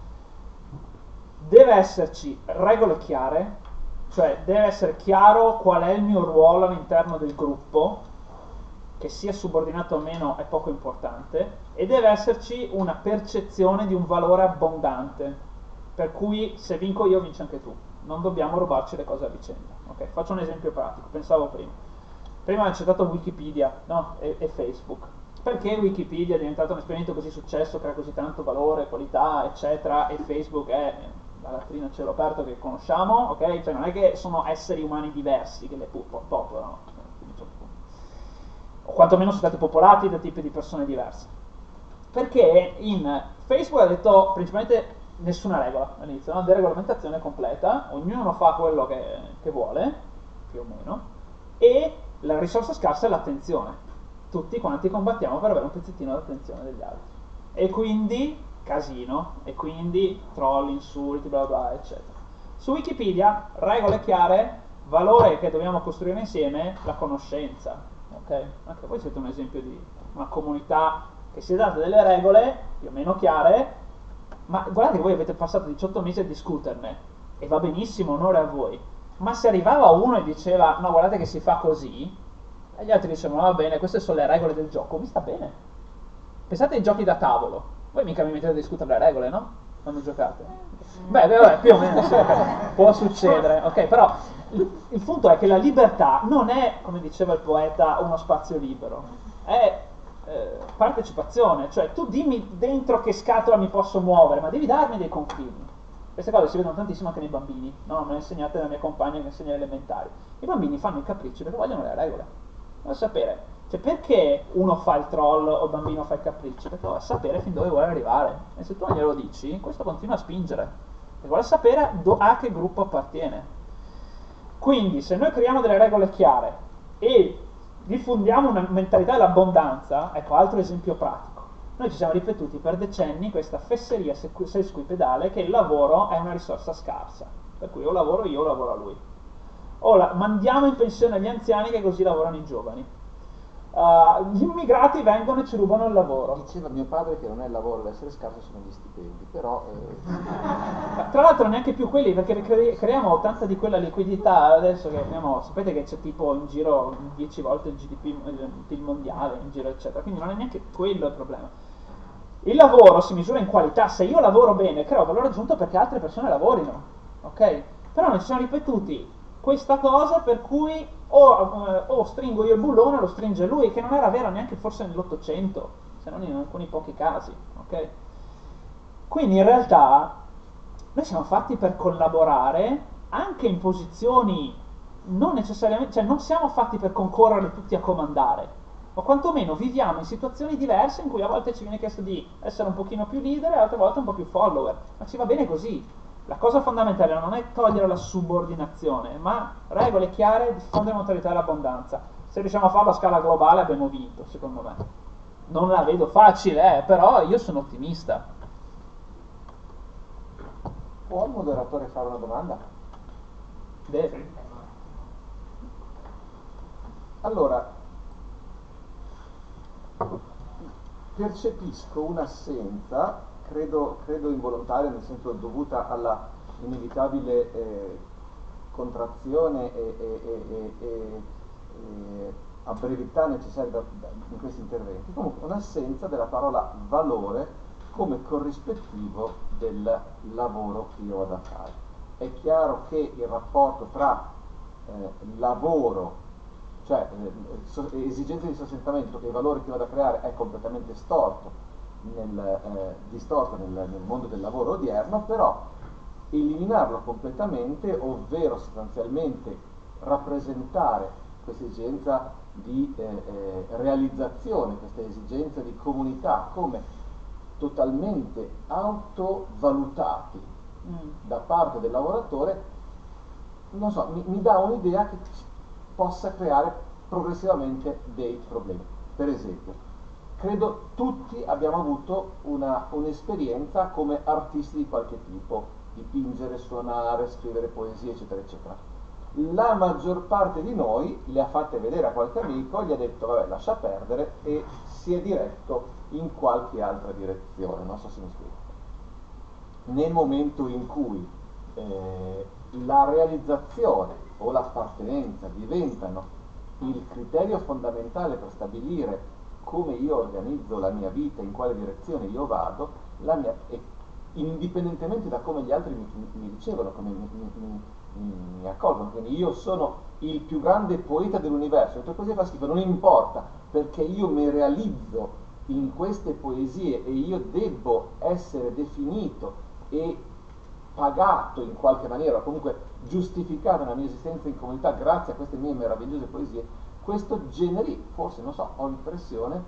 [SPEAKER 3] Deve esserci regole chiare, cioè deve essere chiaro qual è il mio ruolo all'interno del gruppo, che sia subordinato o meno è poco importante, e deve esserci una percezione di un valore abbondante, per cui se vinco io vinci anche tu, non dobbiamo rubarci le cose a vicenda. Okay? Faccio un esempio pratico, pensavo prima. Prima ho citato Wikipedia, no? e, e Facebook. Perché Wikipedia è diventato un esperimento così successo, crea così tanto valore, qualità, eccetera, e Facebook è la latrina a cielo aperto che conosciamo, ok? Cioè non è che sono esseri umani diversi che le popolano, o quantomeno sono stati popolati da tipi di persone diverse. Perché in Facebook ha detto principalmente nessuna regola all'inizio, una deregolamentazione completa, ognuno fa quello che, che vuole, più o meno, e la risorsa scarsa è l'attenzione. Tutti quanti combattiamo per avere un pezzettino d'attenzione degli altri. E quindi casino, e quindi troll, insulti, bla bla, eccetera. Su Wikipedia, regole chiare, valore che dobbiamo costruire insieme, la conoscenza. Ok? Anche voi siete un esempio di una comunità che si è data delle regole più o meno chiare, ma guardate che voi avete passato diciotto mesi a discuterne, e va benissimo, onore a voi. Ma se arrivava uno e diceva, no guardate che si fa così, e gli altri dicevano, va bene, queste sono le regole del gioco, vi sta bene. Pensate ai giochi da tavolo, voi mica mi mettete a discutere le regole, no? Quando giocate. Beh, beh, beh più o meno sì, può succedere, ok? Però il, il punto è che la libertà non è, come diceva il poeta, uno spazio libero, è eh, partecipazione, cioè tu dimmi dentro che scatola mi posso muovere, ma devi darmi dei confini. Queste cose si vedono tantissimo anche nei bambini, no? Me le insegnate la mia compagna che insegna alle elementari. I bambini fanno i capricci perché vogliono le regole. Vuole sapere, cioè perché uno fa il troll o il bambino fa i capricci? Perché vuole sapere fin dove vuole arrivare. E se tu non glielo dici, questo continua a spingere. Perché vuole sapere do- a che gruppo appartiene. Quindi, se noi creiamo delle regole chiare e diffondiamo una mentalità dell'abbondanza, ecco, altro esempio pratico. Noi ci siamo ripetuti per decenni questa fesseria sesquipedale che il lavoro è una risorsa scarsa. Per cui o lavoro io o lavoro a lui. O la, mandiamo in pensione gli anziani che così lavorano i giovani. Uh, gli immigrati vengono e ci rubano il lavoro.
[SPEAKER 2] Diceva mio padre che non è il lavoro ad essere scarso, sono gli stipendi, però... Eh...
[SPEAKER 3] Tra l'altro neanche più quelli, perché cre- creiamo tanta di quella liquidità adesso che abbiamo, sapete che c'è tipo in giro dieci volte il G D P, il P I L mondiale, in giro eccetera, quindi non è neanche quello il problema. Il lavoro si misura in qualità, se io lavoro bene creo valore aggiunto perché altre persone lavorino, ok? Però noi ci siamo ripetuti questa cosa per cui o, eh, o stringo io il bullone o lo stringe lui, che non era vero neanche forse nell'Ottocento, se non in alcuni pochi casi, ok? Quindi in realtà noi siamo fatti per collaborare anche in posizioni non necessariamente, cioè non siamo fatti per concorrere tutti a comandare, o quantomeno viviamo in situazioni diverse in cui a volte ci viene chiesto di essere un pochino più leader e altre volte un po' più follower, ma ci va bene così. La cosa fondamentale non è togliere la subordinazione, ma regole chiare, diffondere la mentalità dell'abbondanza. Se riusciamo a farlo a scala globale abbiamo vinto, secondo me. Non la vedo facile, eh, però io sono ottimista.
[SPEAKER 1] Può il moderatore fare una domanda?
[SPEAKER 3] Deve.
[SPEAKER 1] Allora, percepisco un'assenza, credo, credo involontaria, nel senso dovuta alla inevitabile eh, contrazione e, e, e, e, e a brevità necessaria da, da, in questi interventi, comunque un'assenza della parola valore come corrispettivo del lavoro che io vado a fare. È chiaro che il rapporto tra eh, lavoro, cioè eh, esigenze di sostentamento e i valori che vado a creare è completamente storto, nel, eh, distorto nel, nel mondo del lavoro odierno, però eliminarlo completamente, ovvero sostanzialmente rappresentare questa esigenza di eh, eh, realizzazione, questa esigenza di comunità come totalmente autovalutati mm. da parte del lavoratore, non so, mi, mi dà un'idea che possa creare progressivamente dei problemi. Per esempio, credo tutti abbiamo avuto una, un'esperienza come artisti di qualche tipo, dipingere, suonare, scrivere poesie, eccetera, eccetera. La maggior parte di noi le ha fatte vedere a qualche amico, gli ha detto vabbè lascia perdere e si è diretto in qualche altra direzione, non so se mi spiego. Nel momento in cui eh, la realizzazione o l'appartenenza diventano il criterio fondamentale per stabilire come io organizzo la mia vita, in quale direzione io vado, la mia, e indipendentemente da come gli altri mi, mi ricevono, come mi, mi, mi, mi, mi accolgono. Quindi io sono il più grande poeta dell'universo, e tutto così fa schifo, non importa, perché io mi realizzo in queste poesie e io devo essere definito e pagato in qualche maniera, o comunque giustificata la mia esistenza in comunità grazie a queste mie meravigliose poesie. Questo generi, forse, non so, ho l'impressione,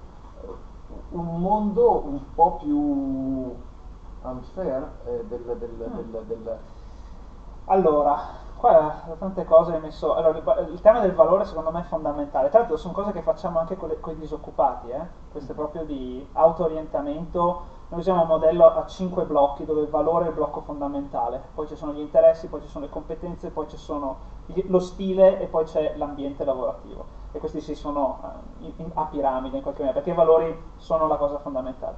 [SPEAKER 1] un mondo un po' più unfair eh, del, del, del, del...
[SPEAKER 3] Allora, qua tante cose hai messo. Allora, il, il tema del valore secondo me è fondamentale. Tra l'altro sono cose che facciamo anche con, le, con i disoccupati, eh? Queste proprio di auto-orientamento. Noi usiamo un modello a cinque blocchi dove il valore è il blocco fondamentale, poi ci sono gli interessi, poi ci sono le competenze, poi ci sono gli, lo stile e poi c'è l'ambiente lavorativo. E questi si sono uh, in, in, a piramide in qualche maniera, perché i valori sono la cosa fondamentale.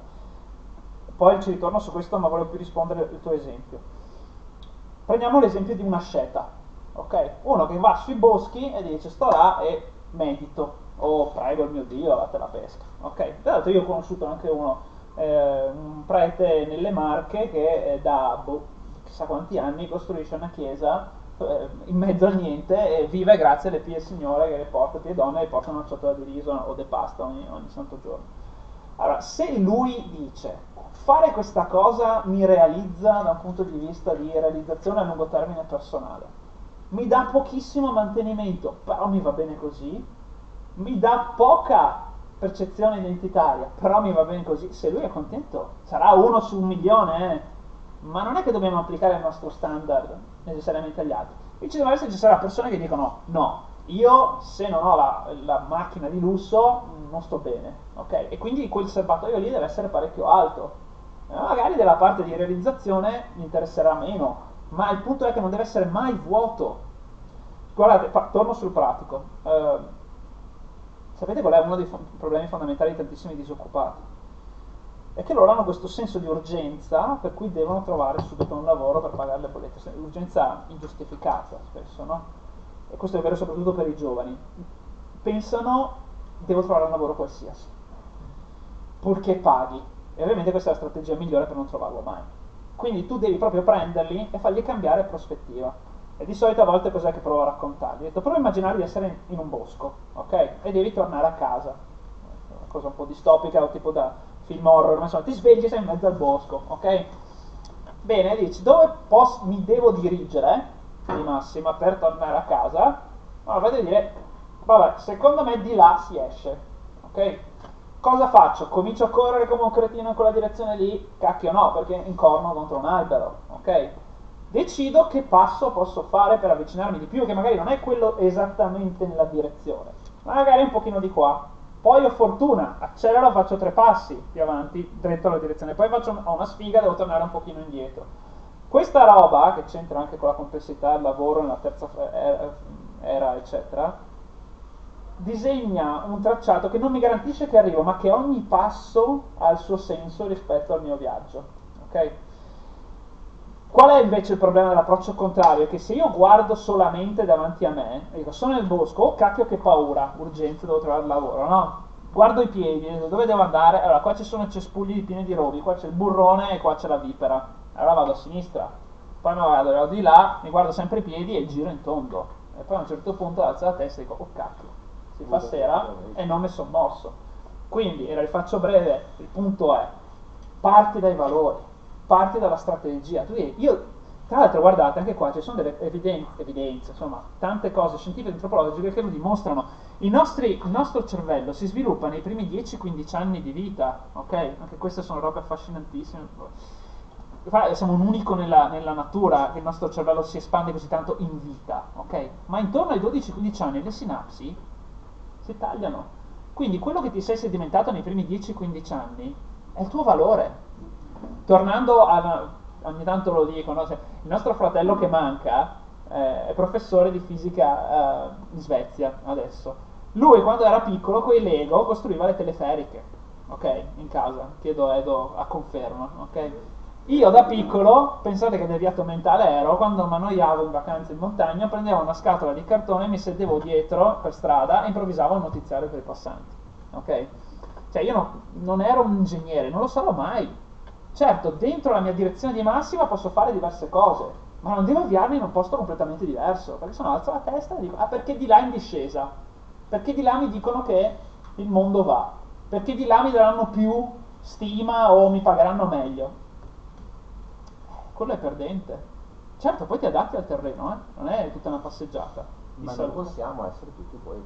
[SPEAKER 3] Poi ci ritorno su questo, ma volevo più rispondere al tuo esempio. Prendiamo l'esempio di una sceta, ok? Uno che va sui boschi e dice sto là e medito, o prego il mio Dio, vate la pesca, ok? Tra l'altro io ho conosciuto anche uno, eh, un prete nelle Marche che eh, da boh, chissà quanti anni costruisce una chiesa eh, in mezzo al niente e vive grazie alle pie signore che le porta, pie donne, e portano una ciotola di riso o di pasta ogni, ogni santo giorno. Allora, se lui dice fare questa cosa mi realizza da un punto di vista di realizzazione a lungo termine personale, mi dà pochissimo mantenimento, però mi va bene così, mi dà poca percezione identitaria, però mi va bene così, se lui è contento, sarà uno su un milione, eh? Ma non è che dobbiamo applicare il nostro standard necessariamente agli altri. Invece ci saranno persone che dicono no, io se non ho la, la macchina di lusso non sto bene, ok? E quindi quel serbatoio lì deve essere parecchio alto. E magari della parte di realizzazione mi interesserà meno, ma il punto è che non deve essere mai vuoto. Guardate, pa- torno sul pratico. Eh, sapete qual è uno dei fo- problemi fondamentali di tantissimi disoccupati? È che loro hanno questo senso di urgenza per cui devono trovare subito un lavoro per pagare le bollette. Urgenza ingiustificata spesso, no? E questo è vero soprattutto per i giovani. Pensano, devo trovare un lavoro qualsiasi, purché paghi. E ovviamente questa è la strategia migliore per non trovarlo mai. Quindi tu devi proprio prenderli e fargli cambiare prospettiva. E di solito a volte cos'è che provo a raccontargli? Ho detto, prova a immaginare di essere in, in un bosco, ok? E devi tornare a casa. Una cosa un po' distopica, o tipo da film horror, ma insomma, ti svegli e sei in mezzo al bosco, ok? Bene, dici, dove posso, mi devo dirigere di massima per tornare a casa? Allora vado a dire, vabbè, secondo me di là si esce, ok? Cosa faccio? Comincio a correre come un cretino in quella direzione lì? Cacchio no, perché incorno contro un albero, ok? Decido che passo posso fare per avvicinarmi di più, che magari non è quello esattamente nella direzione, ma magari un pochino di qua. Poi ho fortuna, accelero, faccio tre passi più avanti, dritto alla direzione, poi faccio ho una sfiga, devo tornare un pochino indietro. Questa roba, che c'entra anche con la complessità del lavoro nella terza era, eccetera, disegna un tracciato che non mi garantisce che arrivo, ma che ogni passo ha il suo senso rispetto al mio viaggio, ok? Qual è invece il problema dell'approccio contrario? Che se io guardo solamente davanti a me, e dico sono nel bosco, oh cacchio che paura, urgenza, devo trovare lavoro, no? Guardo i piedi, dove devo andare? Allora qua ci sono cespugli pieni di rovi, qua c'è il burrone e qua c'è la vipera, allora vado a sinistra, poi vado, vado di là, mi guardo sempre i piedi e giro in tondo, e poi a un certo punto alzo la testa e dico oh cacchio, si fa sera e non mi sono mosso. Quindi, e la rifaccio breve, il punto è, parti dai valori, parti dalla strategia. Tu dici, io, tra l'altro guardate, anche qua ci sono delle evidenze, evidenze, insomma, tante cose scientifiche e antropologiche che lo dimostrano. I nostri, il nostro cervello si sviluppa nei primi dieci quindici anni di vita, ok? Anche queste sono robe affascinantissime. Siamo un unico nella, nella natura, che il nostro cervello si espande così tanto in vita, ok? Ma intorno ai dodici quindici anni le sinapsi si tagliano. Quindi quello che ti sei sedimentato nei primi dieci quindici anni è il tuo valore. Tornando a, ogni tanto lo dico, no? Il nostro fratello che manca eh, è professore di fisica eh, in Svezia adesso. Lui quando era piccolo con i Lego costruiva le teleferiche, ok? In casa, chiedo a Edo a conferma, ok? Io da piccolo, pensate che deviato mentale ero, quando mi annoiavo in vacanza in montagna, prendevo una scatola di cartone, mi sedevo dietro per strada e improvvisavo il notiziario per i passanti. Ok? Cioè io no, non ero un ingegnere, non lo sarò mai. Certo, dentro la mia direzione di massima posso fare diverse cose, ma non devo avviarmi in un posto completamente diverso, perché sennò alzo la testa e dico, ah, perché di là in discesa? Perché di là mi dicono che il mondo va? Perché di là mi daranno più stima o mi pagheranno meglio? Quello è perdente. Certo, poi ti adatti al terreno, eh? Non è tutta una passeggiata.
[SPEAKER 1] Ma non possiamo essere tutti poeti.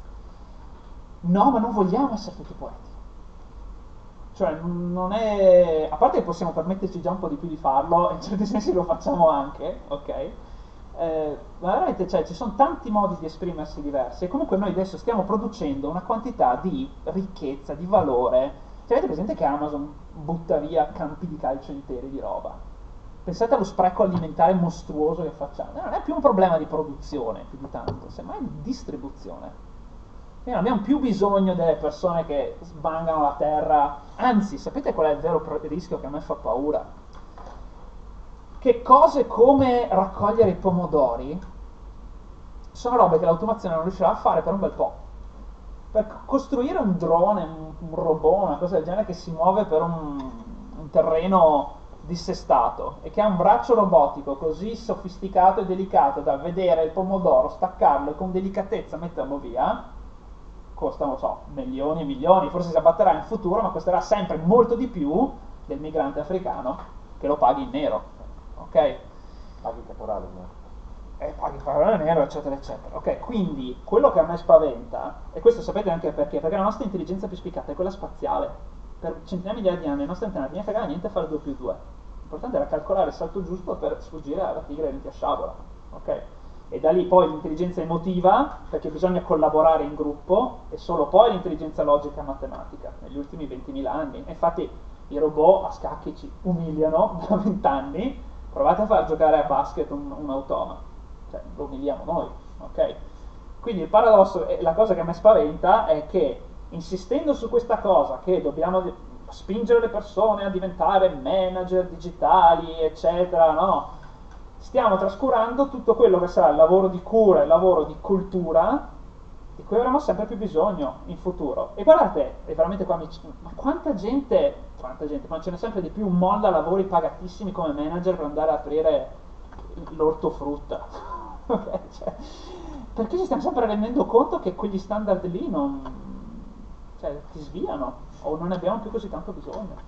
[SPEAKER 3] No, ma non vogliamo essere tutti poeti. Cioè, non è... A parte che possiamo permetterci già un po' di più di farlo, in certi sensi lo facciamo anche, ok? Eh, ma veramente, cioè, ci sono tanti modi di esprimersi diversi e comunque noi adesso stiamo producendo una quantità di ricchezza, di valore. Cioè, avete presente che Amazon butta via campi di calcio interi di roba? Pensate allo spreco alimentare mostruoso che facciamo. Non è più un problema di produzione, più di tanto, semmai di distribuzione. Quindi non abbiamo più bisogno delle persone che sbangano la terra. Anzi, sapete qual è il vero rischio che a me fa paura? Che cose come raccogliere i pomodori sono robe che l'automazione non riuscirà a fare per un bel po'. Per costruire un drone, un, un robot, una cosa del genere che si muove per un, un terreno dissestato e che ha un braccio robotico così sofisticato e delicato da vedere il pomodoro, staccarlo e con delicatezza metterlo via, costa, non so, milioni e milioni, forse si abbatterà in futuro, ma costerà sempre molto di più del migrante africano che lo paghi in nero, ok?
[SPEAKER 1] Paghi il caporale, no?
[SPEAKER 3] E paghi il caporale nero, eccetera, eccetera. Ok, quindi quello che a me spaventa, e questo sapete anche perché, perché la nostra intelligenza più spiccata è quella spaziale. Per centinaia di migliaia di anni le nostre antenne non ne fregava niente a fare due più due. L'importante era calcolare il salto giusto per sfuggire alla tigre e a sciabola, ok? E da lì poi l'intelligenza emotiva, perché bisogna collaborare in gruppo, e solo poi l'intelligenza logica e matematica, negli ultimi ventimila anni. E infatti i robot a scacchi ci umiliano da vent'anni, provate a far giocare a basket un, un automa, cioè lo umiliamo noi, ok? Quindi il paradosso, e la cosa che a me spaventa, è che insistendo su questa cosa, che dobbiamo spingere le persone a diventare manager digitali, eccetera, no? Stiamo trascurando tutto quello che sarà il lavoro di cura, il lavoro di cultura, di cui avremo sempre più bisogno in futuro. E guardate, e veramente qua mi... ma quanta gente, quanta gente, ma ce n'è sempre di più, molla lavori pagatissimi come manager per andare a aprire l'ortofrutta. Okay? Cioè, perché ci stiamo sempre rendendo conto che quegli standard lì non... cioè, ti sviano, o non ne abbiamo più così tanto bisogno.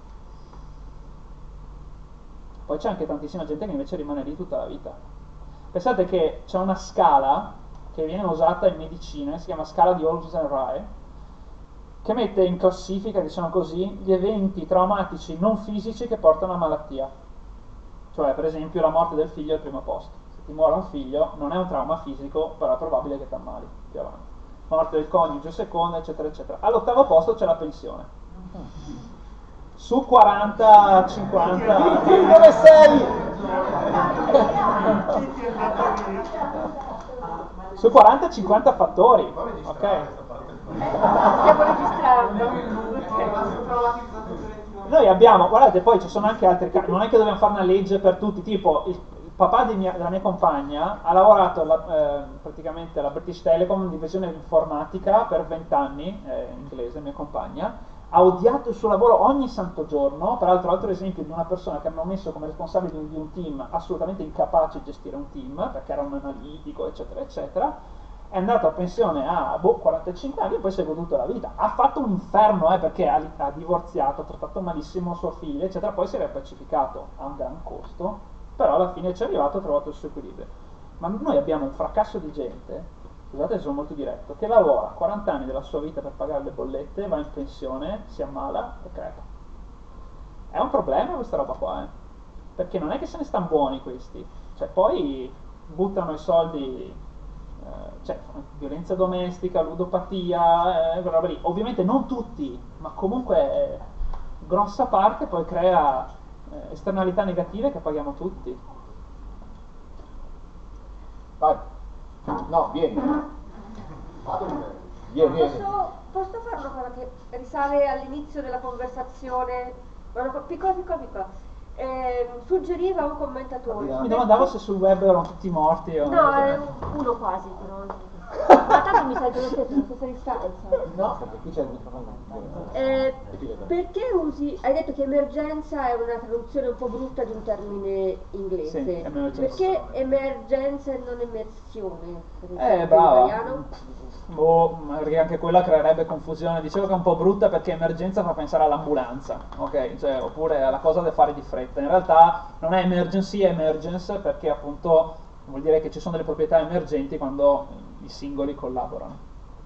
[SPEAKER 3] Poi c'è anche tantissima gente che invece rimane lì tutta la vita. Pensate che c'è una scala che viene usata in medicina, si chiama scala di Olsen-Rye, che mette in classifica, diciamo così, gli eventi traumatici non fisici che portano a malattia. Cioè, per esempio, la morte del figlio al primo posto. Se ti muore un figlio, non è un trauma fisico, però è probabile che ti ammali più avanti. Morte del coniuge, seconda, eccetera, eccetera. All'ottavo posto c'è la pensione. Su quaranta cinquanta dove sei? Su quaranta cinquanta fattori, ok?
[SPEAKER 6] Stiamo registrando.
[SPEAKER 3] Noi abbiamo, guardate, poi ci sono anche altri casi, non è che dobbiamo fare una legge per tutti, tipo il, il papà di mia, della mia compagna ha lavorato alla, eh, praticamente alla British Telecom in divisione informatica per vent'anni, eh, inglese, mia compagna, ha odiato il suo lavoro ogni santo giorno. Peraltro, altro esempio di una persona che hanno messo come responsabile di un team assolutamente incapace di gestire un team, perché era un analitico, eccetera, eccetera. È andato a pensione a boh, quarantacinque anni e poi si è goduto la vita. Ha fatto un inferno, eh, perché ha, ha divorziato, ha trattato malissimo sua figlia, eccetera. Poi si era pacificato a un gran costo, però alla fine ci è arrivato e ha trovato il suo equilibrio. Ma noi abbiamo un fracasso di gente, scusate se sono molto diretto, che lavora quaranta anni della sua vita per pagare le bollette, va in pensione, si ammala e crepa. È un problema questa roba qua, eh? Perché non è che se ne stanno buoni questi, cioè poi buttano i soldi, eh, cioè violenza domestica, ludopatia, eh, quella roba lì. Ovviamente non tutti, ma comunque eh, grossa parte poi crea eh, esternalità negative che paghiamo tutti.
[SPEAKER 1] Vai. No, vieni. Vieni, vieni.
[SPEAKER 6] Posso, posso fare una cosa che risale all'inizio della conversazione, una co- piccola, piccola, piccola. eh, suggeriva un commentatore.
[SPEAKER 3] Mi domandavo se sul web erano tutti morti o
[SPEAKER 6] No, eh, uno quasi, però. Ma tanto mi sento lo stesso, la stessa distanza.
[SPEAKER 1] No, perché qui c'è il microfono.
[SPEAKER 6] Eh, perché usi, hai detto che emergenza è una traduzione un po' brutta di un termine inglese.
[SPEAKER 3] Sì, emergenza.
[SPEAKER 6] Perché emergenza e non immersione? Per esempio,
[SPEAKER 3] Eh,
[SPEAKER 6] in
[SPEAKER 3] brava.
[SPEAKER 6] italiano?
[SPEAKER 3] Boh, perché anche quella creerebbe confusione. Dicevo che è un po' brutta perché emergenza fa pensare all'ambulanza, ok? Cioè, oppure alla cosa da fare di fretta. In realtà non è emergency, è emergence perché appunto vuol dire che ci sono delle proprietà emergenti quando i singoli collaborano.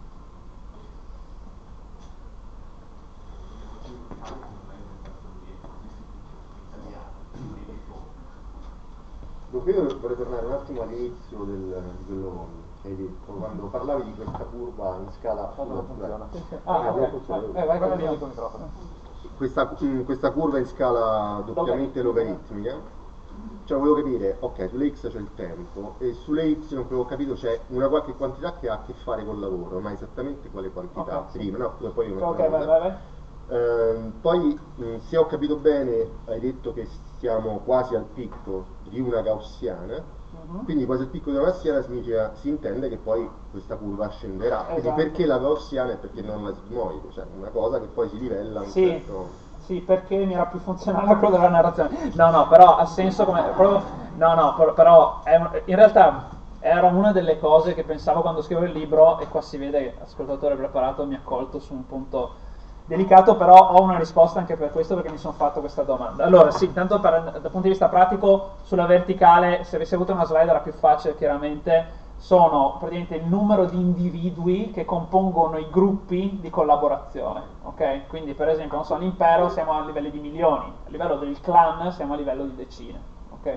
[SPEAKER 7] Dunque io vorrei tornare un attimo all'inizio del, di quello che hai detto, quando parlavi di questa curva in scala...
[SPEAKER 1] Non funziona.
[SPEAKER 3] Ah,
[SPEAKER 7] Ah,
[SPEAKER 3] ok.
[SPEAKER 7] non funziona.
[SPEAKER 3] Eh, vai con il
[SPEAKER 1] Guarda
[SPEAKER 3] mio.
[SPEAKER 1] il microfono.
[SPEAKER 7] Questa, mm, questa curva in scala doppiamente logaritmica, cioè volevo capire, ok, sulle x c'è il tempo e sulle y, quello che ho capito, c'è una qualche quantità che ha a che fare col lavoro, ma esattamente quale quantità?
[SPEAKER 3] Ok, sì.
[SPEAKER 7] Prima, no, poi una
[SPEAKER 3] Ok, vai, vai, vai.
[SPEAKER 7] Ehm, poi, mh, se ho capito bene, hai detto che siamo quasi al picco di una gaussiana,
[SPEAKER 3] Mhm.
[SPEAKER 7] quindi quasi al picco di una gaussiana significa, si intende che poi questa curva scenderà. Quindi
[SPEAKER 3] Esatto.
[SPEAKER 7] perché la gaussiana e perché non la sigmoide? Cioè una cosa che poi si livella a un
[SPEAKER 3] Sì,
[SPEAKER 7] certo...
[SPEAKER 3] sì, perché mi era più funzionale quello della narrazione. No, no, però ha senso come... proprio- no, no, però, però è un- in realtà era una delle cose che pensavo quando scrivevo il libro, e qua si vede che l'ascoltatore preparato mi ha colto su un punto delicato, però ho una risposta anche per questo, perché mi sono fatto questa domanda. Allora, sì, intanto per- dal punto di vista pratico, sulla verticale, se avessi avuto una slide era più facile, chiaramente, sono praticamente il numero di individui che compongono i gruppi di collaborazione, ok? Quindi per esempio, non so, all'impero siamo a livelli di milioni, a livello del clan siamo a livello di decine, ok?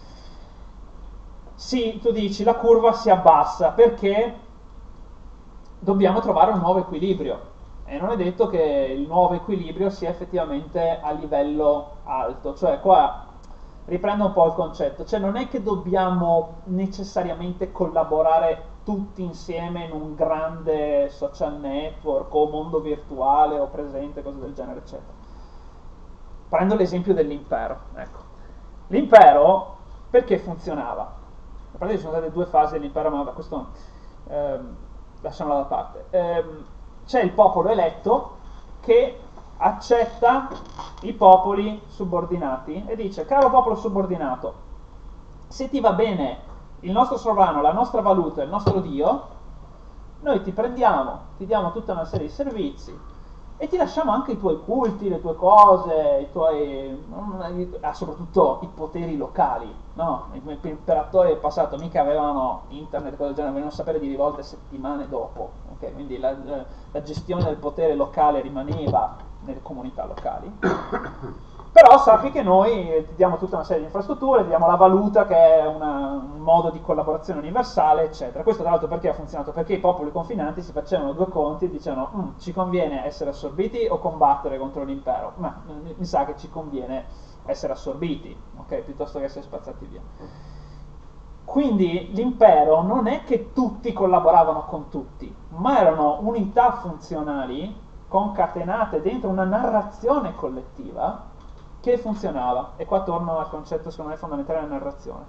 [SPEAKER 3] Sì, tu dici la curva si abbassa perché dobbiamo trovare un nuovo equilibrio e non è detto che il nuovo equilibrio sia effettivamente a livello alto, cioè qua riprendo un po' il concetto, cioè non è che dobbiamo necessariamente collaborare tutti insieme in un grande social network o mondo virtuale o presente, cose del genere, eccetera. Prendo l'esempio dell'impero, ecco. L'impero perché funzionava? A parte ci sono state due fasi dell'impero, ma questo ehm, lasciamolo da parte. Ehm, c'è il popolo eletto che accetta i popoli subordinati e dice: caro popolo subordinato, se ti va bene il nostro sovrano, la nostra valuta, il nostro dio, noi ti prendiamo, ti diamo tutta una serie di servizi e ti lasciamo anche i tuoi culti, le tue cose, i tuoi, ah, soprattutto i poteri locali, no? I gli imperatori del passato mica avevano internet, cose del genere, venivano a sapere di rivolte settimane dopo, okay? Quindi la, la, la gestione del potere locale rimaneva nelle comunità locali. Però sappi che noi ti diamo tutta una serie di infrastrutture, ti diamo la valuta che è una, un modo di collaborazione universale, eccetera. Questo tra l'altro perché ha funzionato? Perché i popoli confinanti si facevano due conti e dicevano: mm, ci conviene essere assorbiti o combattere contro l'impero? Ma mi, mi sa che ci conviene essere assorbiti, ok? Piuttosto che essere spazzati via. Quindi l'impero non è che tutti collaboravano con tutti, ma erano unità funzionali concatenate dentro una narrazione collettiva che funzionava. E qua torno al concetto secondo me fondamentale della narrazione.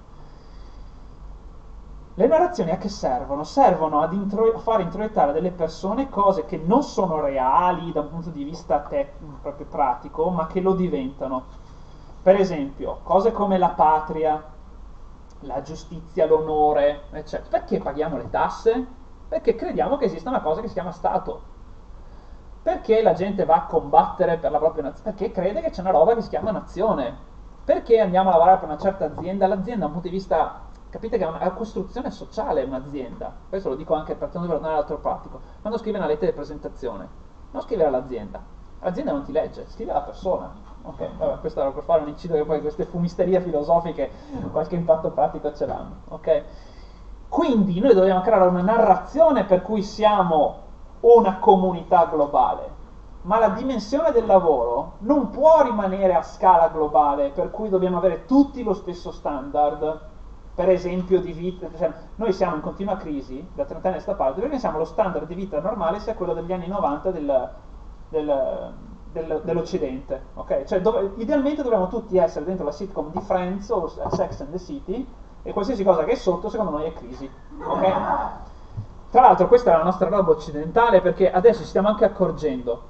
[SPEAKER 3] Le narrazioni a che servono? Servono ad intro- a far introiettare delle persone cose che non sono reali da un punto di vista te- proprio pratico, ma che lo diventano. Per esempio, cose come la patria, la giustizia, l'onore, eccetera. Perché paghiamo le tasse? Perché crediamo che esista una cosa che si chiama Stato. Perché la gente va a combattere per la propria nazione? Perché crede che c'è una roba che si chiama nazione. Perché andiamo a lavorare per una certa azienda? L'azienda da un punto di vista, capite che è una, è una costruzione sociale un'azienda. Questo lo dico anche per tornare all'altro pratico. Quando scrive una lettera di presentazione, non scrivere all'azienda. L'azienda non ti legge, scrive alla persona. Ok, vabbè, questo era per fare un inciso che poi queste fumisterie filosofiche qualche impatto pratico ce l'hanno. Ok? Quindi noi dobbiamo creare una narrazione per cui siamo una comunità globale, ma la dimensione del lavoro non può rimanere a scala globale, per cui dobbiamo avere tutti lo stesso standard, per esempio di vita. Cioè, noi siamo in continua crisi da trenta anni a sta parte perché pensiamo lo standard di vita normale sia quello degli anni novanta del, del, del, dell'Occidente, ok? Cioè dove, idealmente dovremmo tutti essere dentro la sitcom di Friends o Sex and the City e qualsiasi cosa che è sotto secondo noi è crisi, ok? Tra l'altro questa è la nostra roba occidentale perché adesso ci stiamo anche accorgendo,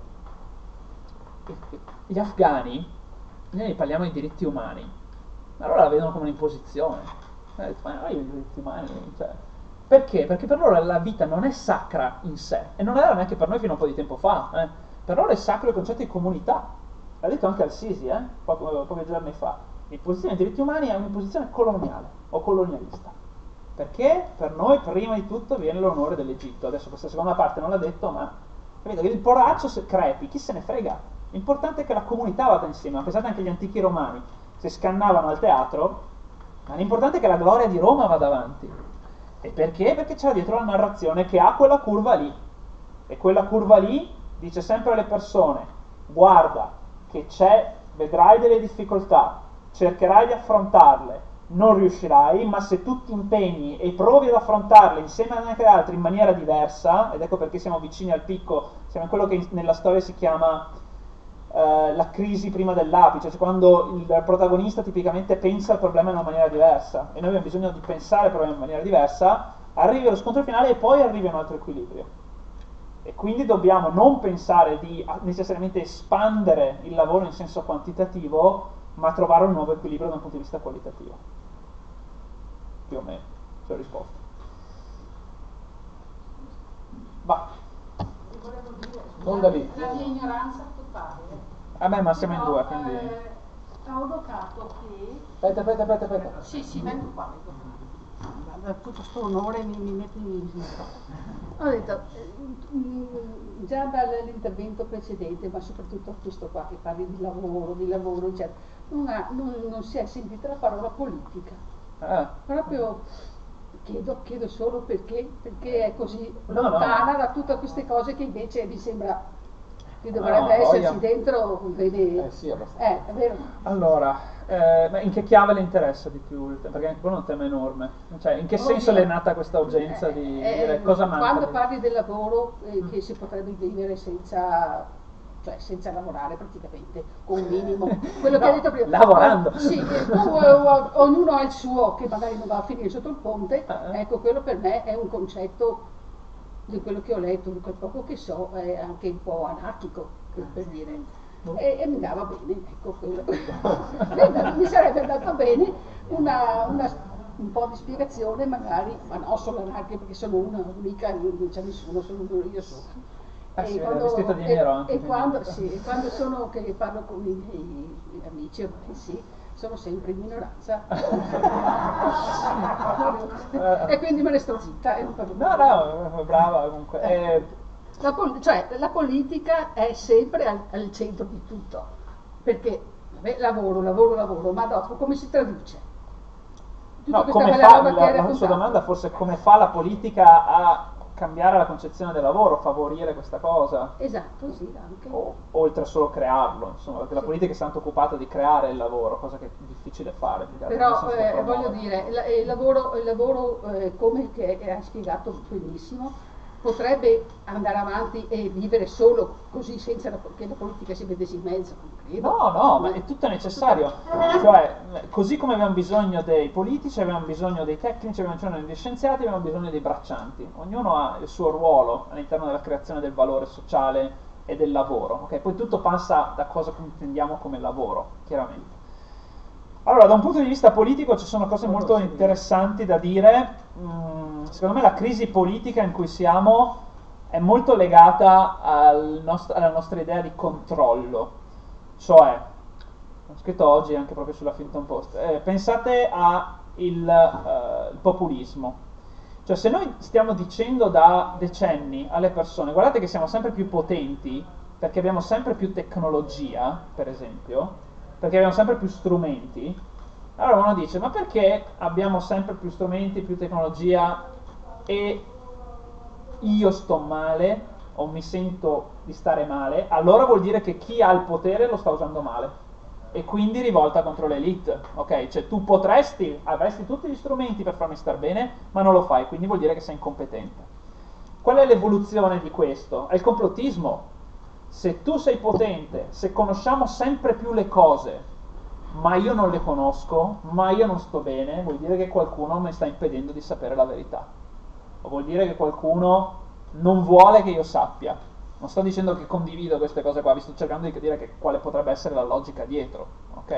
[SPEAKER 3] gli afghani, noi parliamo di diritti umani, allora la vedono come un'imposizione, eh, ma io i diritti umani, cioè... Perché? Perché per loro la vita non è sacra in sé, e non era neanche per noi fino a un po' di tempo fa, eh. Per loro è sacro il concetto di comunità, l'ha detto anche Al-Sisi, eh, poco, pochi giorni fa, l'imposizione dei diritti umani è un'imposizione coloniale o colonialista, perché per noi prima di tutto viene l'onore dell'Egitto, adesso questa seconda parte non l'ha detto, ma capito che il poraccio se crepi, chi se ne frega, l'importante è che la comunità vada insieme, pensate anche agli antichi romani, se scannavano al teatro, ma l'importante è che la gloria di Roma vada avanti. E perché? Perché c'era dietro la narrazione che ha quella curva lì, e quella curva lì dice sempre alle persone: guarda che c'è, vedrai delle difficoltà, cercherai di affrontarle, non riuscirai, ma se tu ti impegni e provi ad affrontarle insieme anche ad altri in maniera diversa, ed ecco perché siamo vicini al picco, siamo in quello che nella storia si chiama Uh, la crisi prima dell'apice, cioè quando il protagonista tipicamente pensa al problema in una maniera diversa e noi abbiamo bisogno di pensare al problema in maniera diversa, arrivi allo scontro finale e poi arrivi a un altro equilibrio, e quindi dobbiamo non pensare di necessariamente espandere il lavoro in senso quantitativo, ma trovare un nuovo equilibrio da un punto di vista qualitativo, più o meno, se ho risposto. Va.
[SPEAKER 8] Volevo dire,
[SPEAKER 1] Non da lì.
[SPEAKER 8] la mia ignoranza totale.
[SPEAKER 3] A me ma siamo in
[SPEAKER 8] Però,
[SPEAKER 3] due, quindi...
[SPEAKER 8] eh, ho notato che...
[SPEAKER 1] Aspetta, aspetta, aspetta, aspetta.
[SPEAKER 8] Sì, sì, vengo qua, vengo qua. Da tutto sto onore mi, mi metti in... Ho detto, eh, mh, già dall'intervento precedente, ma soprattutto questo qua che parli di lavoro, di lavoro, eccetera, non, ha, non, non si è sentita la parola politica.
[SPEAKER 3] Ah.
[SPEAKER 8] Proprio... Chiedo, chiedo solo perché, perché è così
[SPEAKER 3] No,
[SPEAKER 8] lontana
[SPEAKER 3] no.
[SPEAKER 8] da tutte queste cose che invece mi sembra che dovrebbe
[SPEAKER 3] No,
[SPEAKER 8] esserci
[SPEAKER 3] voglia.
[SPEAKER 8] dentro. Vedi?
[SPEAKER 1] Eh sì, abbastanza.
[SPEAKER 8] Eh, è vero.
[SPEAKER 3] Allora, eh, ma in che chiave le interessa di più? il te- Perché anche quello è un tema enorme. Cioè, in che senso
[SPEAKER 8] Oddio.
[SPEAKER 3] le è nata questa urgenza di
[SPEAKER 8] Eh,
[SPEAKER 3] dire
[SPEAKER 8] eh,
[SPEAKER 3] cosa manca?
[SPEAKER 8] Quando
[SPEAKER 3] di-
[SPEAKER 8] parli del lavoro, eh, che si potrebbe vivere senza, cioè senza lavorare praticamente, con un minimo, quello che
[SPEAKER 3] No,
[SPEAKER 8] hai detto prima.
[SPEAKER 3] lavorando.
[SPEAKER 8] Oh, sì, eh, tu, eh, ognuno ha il suo, che magari non va a finire sotto il ponte.
[SPEAKER 3] Ah, eh.
[SPEAKER 8] Ecco, quello per me è un concetto, di quello che ho letto, di quel poco che so, è anche un po' anarchico, per, per dire. E, e mi andava bene, ecco quello. mi sarebbe andato bene una, una, un po' di spiegazione magari, ma non solo anarchica, perché sono una unica, non c'è nessuno, sono uno io sola.
[SPEAKER 3] Ah, sì, vede, vestito di nero anche,
[SPEAKER 8] e,
[SPEAKER 3] quindi.
[SPEAKER 8] quando, sì, e quando sono che parlo con i miei, i miei amici, ormai sì, sono sempre in minoranza. E quindi me ne sto zitta. E non parlo più.
[SPEAKER 3] No, no, brava comunque. Eh,
[SPEAKER 8] La, pol- cioè, la politica è sempre al, al centro di tutto, perché vabbè, lavoro, lavoro, lavoro, ma dopo come si traduce? Tutta
[SPEAKER 3] no,
[SPEAKER 8] questa
[SPEAKER 3] come
[SPEAKER 8] bella
[SPEAKER 3] fa,
[SPEAKER 8] roba che
[SPEAKER 3] la,
[SPEAKER 8] hai
[SPEAKER 3] la sua
[SPEAKER 8] raccontato.
[SPEAKER 3] domanda forse è come fa la politica a cambiare la concezione del lavoro, favorire questa cosa?
[SPEAKER 8] Esatto, sì, anche.
[SPEAKER 3] O, oltre a solo crearlo, insomma, perché la
[SPEAKER 8] Sì.
[SPEAKER 3] politica è tanto occupata di creare il lavoro, cosa che è difficile fare. più che altro, nel
[SPEAKER 8] Però
[SPEAKER 3] senso che
[SPEAKER 8] eh,
[SPEAKER 3] promuovere.
[SPEAKER 8] voglio dire, il, il lavoro, il lavoro eh, come che, che hai spiegato benissimo, potrebbe andare avanti e vivere solo così senza la, che la politica si mettesse in mezzo, non credo.
[SPEAKER 3] No, no, ma è tutto necessario. Cioè, così come abbiamo bisogno dei politici, abbiamo bisogno dei tecnici, abbiamo bisogno degli scienziati, abbiamo bisogno dei braccianti. Ognuno ha il suo ruolo all'interno della creazione del valore sociale e del lavoro. Ok? Poi tutto passa da cosa intendiamo come lavoro, chiaramente. Allora, da un punto di vista politico ci sono cose molto interessanti da dire. Mm, secondo me la crisi politica in cui siamo è molto legata al nost- alla nostra idea di controllo. Cioè, ho scritto oggi anche proprio sulla Huffington Post, eh, pensate al eh, populismo. Cioè, se noi stiamo dicendo da decenni alle persone, guardate che siamo sempre più potenti, perché abbiamo sempre più tecnologia, per esempio, perché abbiamo sempre più strumenti, allora uno dice, ma perché abbiamo sempre più strumenti, più tecnologia e io sto male o mi sento di stare male? Allora vuol dire che chi ha il potere lo sta usando male e quindi rivolta contro l'elite, ok? Cioè tu potresti, avresti tutti gli strumenti per farmi star bene, ma non lo fai, quindi vuol dire che sei incompetente. Qual è l'evoluzione di questo? È il complottismo. Se tu sei potente, se conosciamo sempre più le cose, ma io non le conosco, ma io non sto bene, vuol dire che qualcuno mi sta impedendo di sapere la verità. O vuol dire che qualcuno non vuole che io sappia. Non sto dicendo che condivido queste cose qua, vi sto cercando di dire che quale potrebbe essere la logica dietro, ok?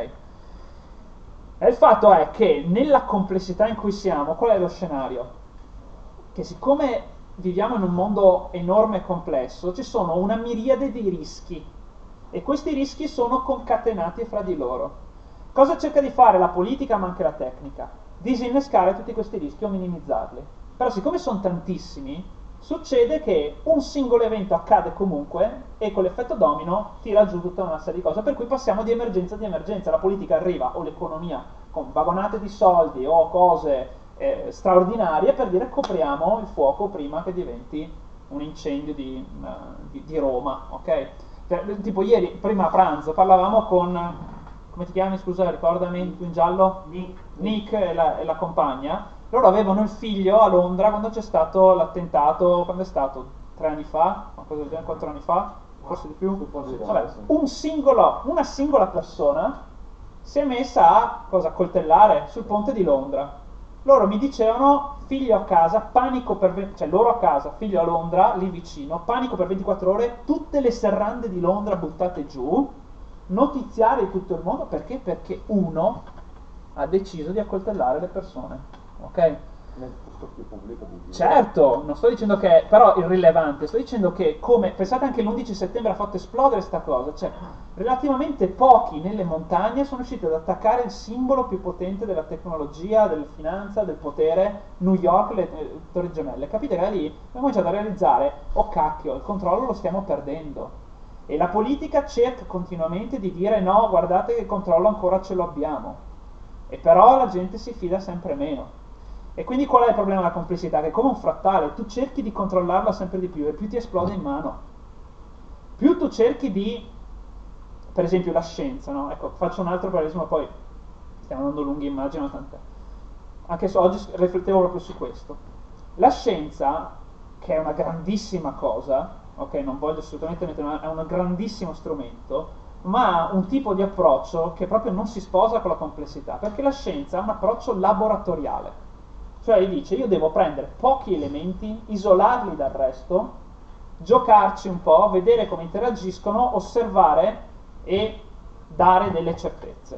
[SPEAKER 3] E il fatto è che nella complessità in cui siamo, qual è lo scenario? Che siccome viviamo in un mondo enorme e complesso, ci sono una miriade di rischi e questi rischi sono concatenati fra di loro. Cosa cerca di fare la politica ma anche la tecnica? Disinnescare tutti questi rischi o minimizzarli. Però siccome sono tantissimi, succede che un singolo evento accade comunque e con l'effetto domino tira giù tutta una serie di cose, per cui passiamo di emergenza a emergenza. La politica arriva, o l'economia, con vagonate di soldi o cose eh, straordinarie per dire copriamo il fuoco prima che diventi un incendio di, uh, di, di Roma, ok? Cioè, tipo ieri, prima a pranzo, parlavamo con, come ti chiami, scusa, ricordami, tu in giallo?
[SPEAKER 4] Nick.
[SPEAKER 3] Nick e la, e la compagna. Loro avevano il figlio a Londra quando c'è stato l'attentato, quando è stato? Tre anni fa? Qualcosa del genere, quattro anni fa? Forse di più? Vabbè, un singolo, una singola persona si è messa a cosa, coltellare sul ponte di Londra. Loro mi dicevano, figlio a casa, panico per... cioè loro a casa, figlio a Londra, lì vicino, panico per ventiquattro ore, tutte le serrande di Londra buttate giù, notiziare di tutto il mondo, perché? Perché uno ha deciso di accoltellare le persone, ok?
[SPEAKER 1] Nel posto più pubblico di vita.
[SPEAKER 3] Certo, non sto dicendo che è però irrilevante, sto dicendo che come, pensate anche l'undici settembre ha fatto esplodere sta cosa, cioè relativamente pochi nelle montagne sono riusciti ad attaccare il simbolo più potente della tecnologia, della finanza, del potere, New York, le, le Torri Gemelle. Capite che da lì abbiamo cominciato a realizzare, oh cacchio, il controllo lo stiamo perdendo. E la politica cerca continuamente di dire no, guardate che il controllo ancora ce lo abbiamo. E però la gente si fida sempre meno. E quindi qual è il problema della complessità? Che è come un frattale, tu cerchi di controllarla sempre di più e più ti esplode in mano. Più tu cerchi di, per esempio la scienza, no? Ecco, faccio un altro parallelismo, poi stiamo andando lunghi, immagino, tant'è. Anche se oggi riflettevo proprio su questo. La scienza, che è una grandissima cosa, ok, non voglio assolutamente mettere, ma è un grandissimo strumento, ma ha un tipo di approccio che proprio non si sposa con la complessità, perché la scienza ha un approccio laboratoriale. Cioè dice, io devo prendere pochi elementi, isolarli dal resto, giocarci un po', vedere come interagiscono, osservare e dare delle certezze.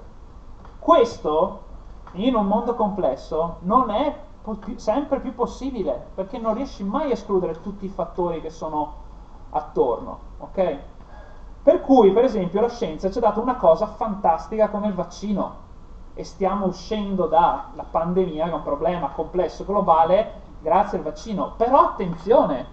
[SPEAKER 3] Questo, in un mondo complesso, non è po- più, sempre più possibile, perché non riesci mai a escludere tutti i fattori che sono attorno, ok? Per cui, per esempio, la scienza ci ha dato una cosa fantastica come il vaccino, e stiamo uscendo dalla pandemia, che è un problema complesso globale, grazie al vaccino. Però attenzione,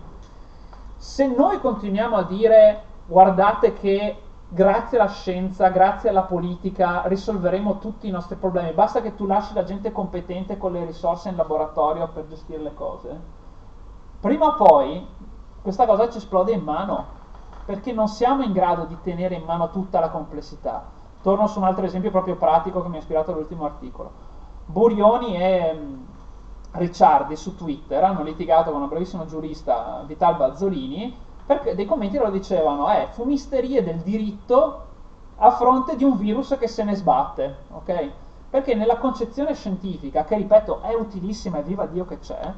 [SPEAKER 3] se noi continuiamo a dire guardate che grazie alla scienza, grazie alla politica risolveremo tutti i nostri problemi, basta che tu lasci la gente competente con le risorse in laboratorio per gestire le cose, prima o poi questa cosa ci esplode in mano, perché non siamo in grado di tenere in mano tutta la complessità. Torno su un altro esempio proprio pratico che mi ha ispirato all'ultimo articolo. Burioni e um, Ricciardi su Twitter hanno litigato con un bravissimo giurista, Vital Bazzolini, perché dei commenti loro dicevano eh, fumisterie del diritto a fronte di un virus che se ne sbatte, ok? Perché nella concezione scientifica, che ripeto è utilissima e viva Dio che c'è,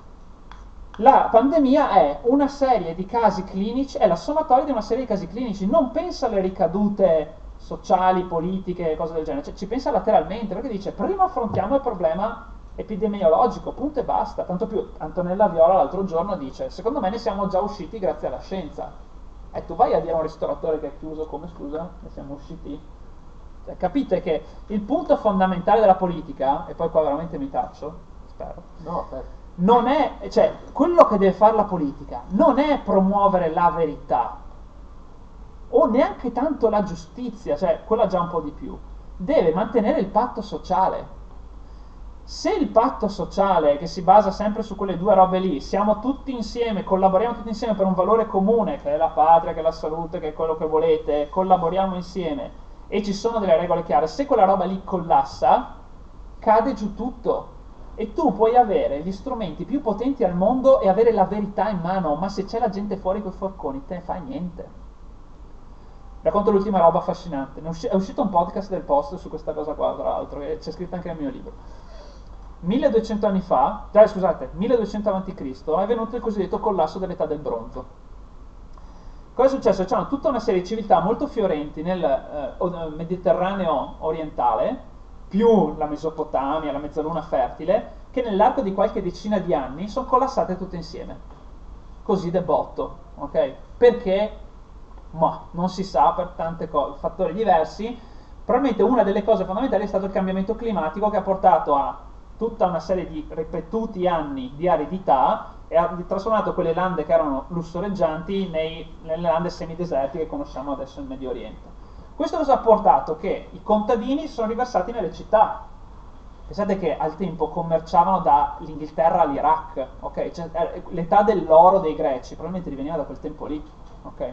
[SPEAKER 3] la pandemia è una serie di casi clinici, è la sommatoria di una serie di casi clinici, non pensa alle ricadute sociali, politiche, cose del genere, cioè, ci pensa lateralmente, perché dice prima affrontiamo il problema epidemiologico, punto e basta. Tanto più Antonella Viola l'altro giorno dice secondo me ne siamo già usciti grazie alla scienza, e tu vai a dire a un ristoratore che è chiuso come scusa, ne siamo usciti? Cioè, capite che il punto fondamentale della politica, e poi qua veramente mi taccio, spero,
[SPEAKER 1] no, aspetta.
[SPEAKER 3] Non è, cioè, quello che deve fare la politica non è promuovere la verità o neanche tanto la giustizia, cioè quella già un po' di più, deve mantenere il patto sociale. Se il patto sociale, che si basa sempre su quelle due robe lì, siamo tutti insieme, collaboriamo tutti insieme per un valore comune, che è la patria, che è la salute, che è quello che volete, collaboriamo insieme e ci sono delle regole chiare, se quella roba lì collassa, cade giù tutto. E tu puoi avere gli strumenti più potenti al mondo e avere la verità in mano, ma se c'è la gente fuori coi forconi, te ne fai niente. Racconto l'ultima roba affascinante. Ne è usci- è uscito un podcast del Post su questa cosa qua, tra l'altro, e c'è scritto anche nel mio libro. milleduecento anni fa, cioè, scusate, milleduecento avanti Cristo, è venuto il cosiddetto collasso dell'età del bronzo. Cosa è successo? C'erano tutta una serie di civiltà molto fiorenti nel eh, Mediterraneo orientale, più la Mesopotamia, la mezzaluna fertile, che nell'arco di qualche decina di anni sono collassate tutte insieme. Così de botto, ok? Perché? Ma non si sa, per tanti fattori diversi. Probabilmente una delle cose fondamentali è stato il cambiamento climatico, che ha portato a tutta una serie di ripetuti anni di aridità e ha trasformato quelle lande che erano lussureggianti nei, nelle lande semidesertiche che conosciamo adesso in Medio Oriente. Questo cosa ha portato? Che i contadini sono riversati nelle città. Pensate che al tempo commerciavano dall'Inghilterra all'Iraq, ok? Cioè, l'età dell'oro dei greci probabilmente riveniva da quel tempo lì, ok?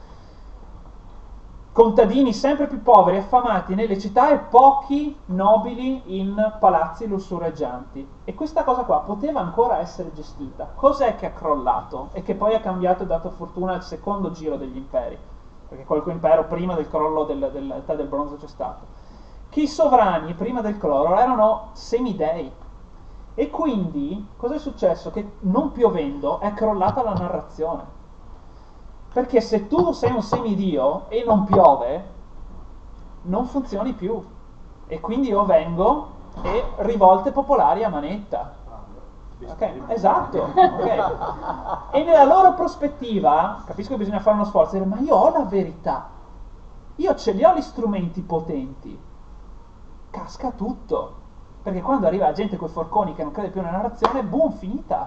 [SPEAKER 3] Contadini sempre più poveri, affamati nelle città e pochi nobili in palazzi lussureggianti. E questa cosa qua poteva ancora essere gestita. Cos'è che ha crollato e che poi ha cambiato e dato fortuna al secondo giro degli imperi? Perché qualche impero prima del crollo del, dell'età del bronzo c'è stato. Che i sovrani prima del crollo erano semidei. E quindi cosa è successo? Che non piovendo è crollata la narrazione. Perché se tu sei un semidio e non piove, non funzioni più. E quindi io vengo e rivolte popolari a manetta. Ok, esatto. Okay. E nella loro prospettiva, capisco che bisogna fare uno sforzo, ma io ho la verità. Io ce li ho gli strumenti potenti. Casca tutto. Perché quando arriva la gente con i forconi che non crede più nella narrazione, boom, finita.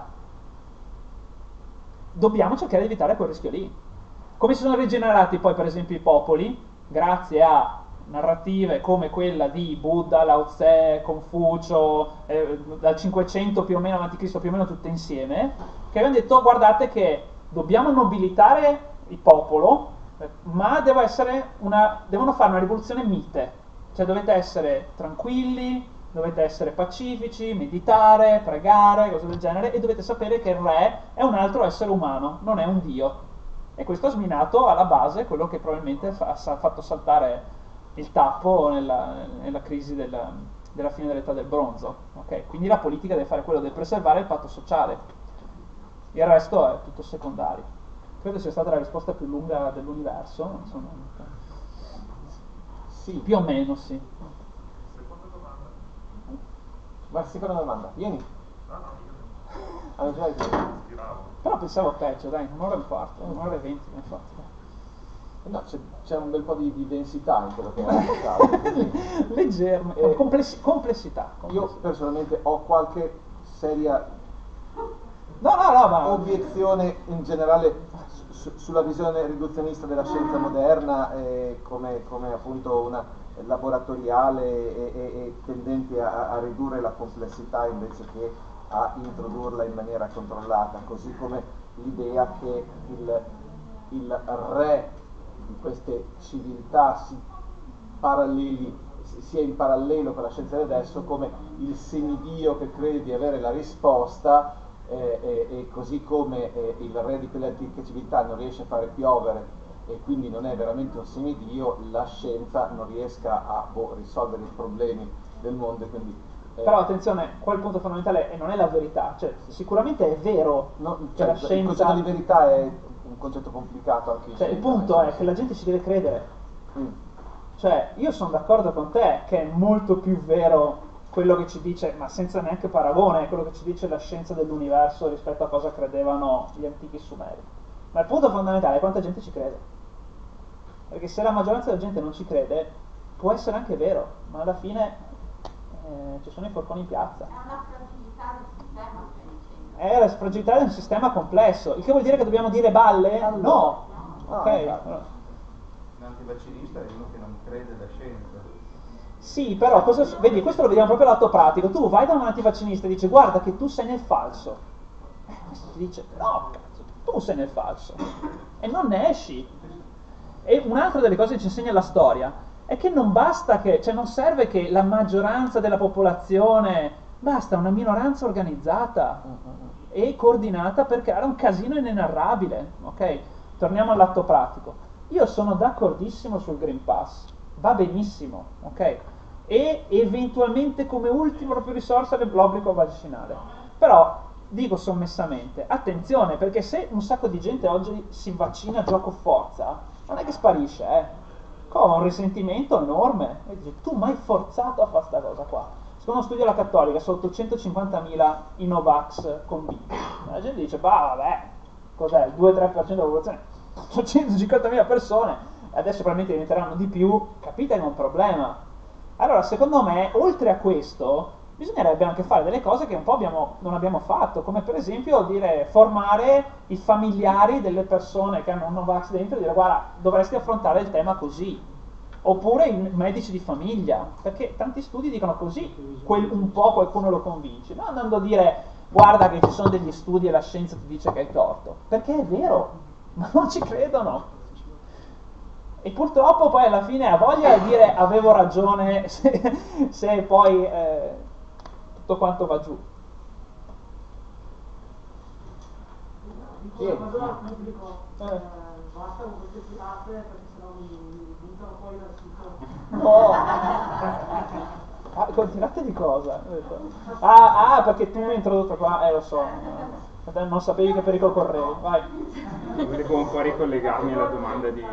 [SPEAKER 3] Dobbiamo cercare di evitare quel rischio lì. Come si sono rigenerati poi per esempio i popoli? Grazie a narrative come quella di Buddha, Lao Tse, Confucio, eh, dal cinquecento più o meno avanti Cristo, più o meno tutte insieme, che avevano detto guardate che dobbiamo nobilitare il popolo, eh, ma deve essere una, devono fare una rivoluzione mite, cioè dovete essere tranquilli, dovete essere pacifici, meditare, pregare, cose del genere, e dovete sapere che il re è un altro essere umano, non è un dio. E questo ha sminato alla base quello che probabilmente fa, ha fatto saltare il tappo nella, nella crisi della, della fine dell'età del bronzo. Okay? Quindi la politica deve fare quello di preservare il patto sociale. Il resto è tutto secondario. Credo sia stata la risposta più lunga dell'universo. Insomma. Sì, più o meno sì.
[SPEAKER 1] Seconda domanda. Ma seconda domanda, vieni.
[SPEAKER 9] No, no, io
[SPEAKER 1] Allora, già
[SPEAKER 9] tiravo.
[SPEAKER 3] Però pensavo peggio, dai, un'ora e un quarto, un'ora e venti, infatti.
[SPEAKER 1] no, c'è, c'è un bel po' di, di densità in quello che hai raccontato.
[SPEAKER 3] Leggero,
[SPEAKER 1] Eh,
[SPEAKER 3] complessi- complessità,
[SPEAKER 1] Io
[SPEAKER 3] complessità.
[SPEAKER 1] personalmente ho qualche seria
[SPEAKER 3] No, no, no, ma...
[SPEAKER 1] obiezione in generale su- sulla visione riduzionista della scienza moderna, eh, come, come appunto una laboratoriale e, e- e tendente a, a ridurre la complessità invece che a introdurla in maniera controllata, così come l'idea che il, il re di queste civiltà si paralleli, sia in parallelo con la scienza di adesso come il semidio che crede di avere la risposta, eh, eh, e così come eh, il re di quelle antiche civiltà non riesce a fare piovere e quindi non è veramente un semidio, la scienza non riesca a boh, risolvere i problemi del mondo. E quindi, eh,
[SPEAKER 3] Però attenzione, qua il punto fondamentale è non è la verità, cioè sicuramente è vero
[SPEAKER 1] no,
[SPEAKER 3] che
[SPEAKER 1] cioè,
[SPEAKER 3] la
[SPEAKER 1] il
[SPEAKER 3] scienza...
[SPEAKER 1] concetto di verità è un concetto complicato anche in
[SPEAKER 3] Cioè, il
[SPEAKER 1] scienza,
[SPEAKER 3] punto
[SPEAKER 1] nel
[SPEAKER 3] è
[SPEAKER 1] senso-
[SPEAKER 3] che la gente ci deve credere.
[SPEAKER 1] Mm.
[SPEAKER 3] Cioè, io sono d'accordo con te che è molto più vero quello che ci dice, ma senza neanche paragone, quello che ci dice la scienza dell'universo rispetto a cosa credevano gli antichi sumeri. Ma il punto fondamentale è quanta gente ci crede. Perché se la maggioranza della gente non ci crede, può essere anche vero, ma alla fine eh, ci sono i forconi in piazza.
[SPEAKER 10] È una fragilità del sistema, stai dicendo.
[SPEAKER 3] È la fragilità di un sistema complesso, il che vuol dire che dobbiamo dire balle? No.
[SPEAKER 1] No,
[SPEAKER 3] Ok.
[SPEAKER 1] esatto.
[SPEAKER 2] Un antivaccinista è uno che non crede alla scienza.
[SPEAKER 3] Sì, però cosa, vedi, questo lo vediamo proprio lato pratico. Tu vai da un antivaccinista e dici guarda che tu sei nel falso. Eh, questo ti dice no, cazzo, tu sei nel falso. E non ne esci. E un'altra delle cose che ci insegna la storia è che non basta che, cioè non serve che la maggioranza della popolazione, basta una minoranza organizzata e coordinata per creare un casino inenarrabile, ok? Torniamo all'atto pratico. io sono d'accordissimo sul Green Pass, va benissimo, ok? E eventualmente come ultima proprio risorsa l'obbligo vaccinale. Però dico sommessamente, attenzione, perché se un sacco di gente oggi si vaccina gioco forza, non è che sparisce, eh. Cova un risentimento enorme. E dice, tu mai forzato a fare sta cosa qua? Secondo uno studio della Cattolica sono ottocentocinquantamila i Novax convinti. La gente dice, bah vabbè, cos'è, il due tre per cento della popolazione? ottocentocinquantamila persone, adesso probabilmente diventeranno di più, capite che è un problema. Allora, secondo me, oltre a questo, bisognerebbe anche fare delle cose che un po' abbiamo, non abbiamo fatto, come per esempio dire, formare i familiari delle persone che hanno un Novax dentro e dire guarda, dovresti affrontare il tema così, oppure i medici di famiglia, perché tanti studi dicono così, quel, un po' qualcuno lo convince, non andando a dire guarda che ci sono degli studi e la scienza ti dice che hai torto, perché è vero, ma non ci credono. E purtroppo poi alla fine ha voglia di dire avevo ragione se, se poi eh, tutto quanto va giù.
[SPEAKER 11] Dico una cosa al pubblico, eh, basta con queste tirate perché sennò mi mi buttano fuori dal sito.
[SPEAKER 3] No! Ah, continuate di cosa? Ah, ah, perché tu mi hai introdotto qua, eh lo so, non sapevi che pericolo correvi, vai.
[SPEAKER 12] Volevo un po' ricollegarmi alla domanda di,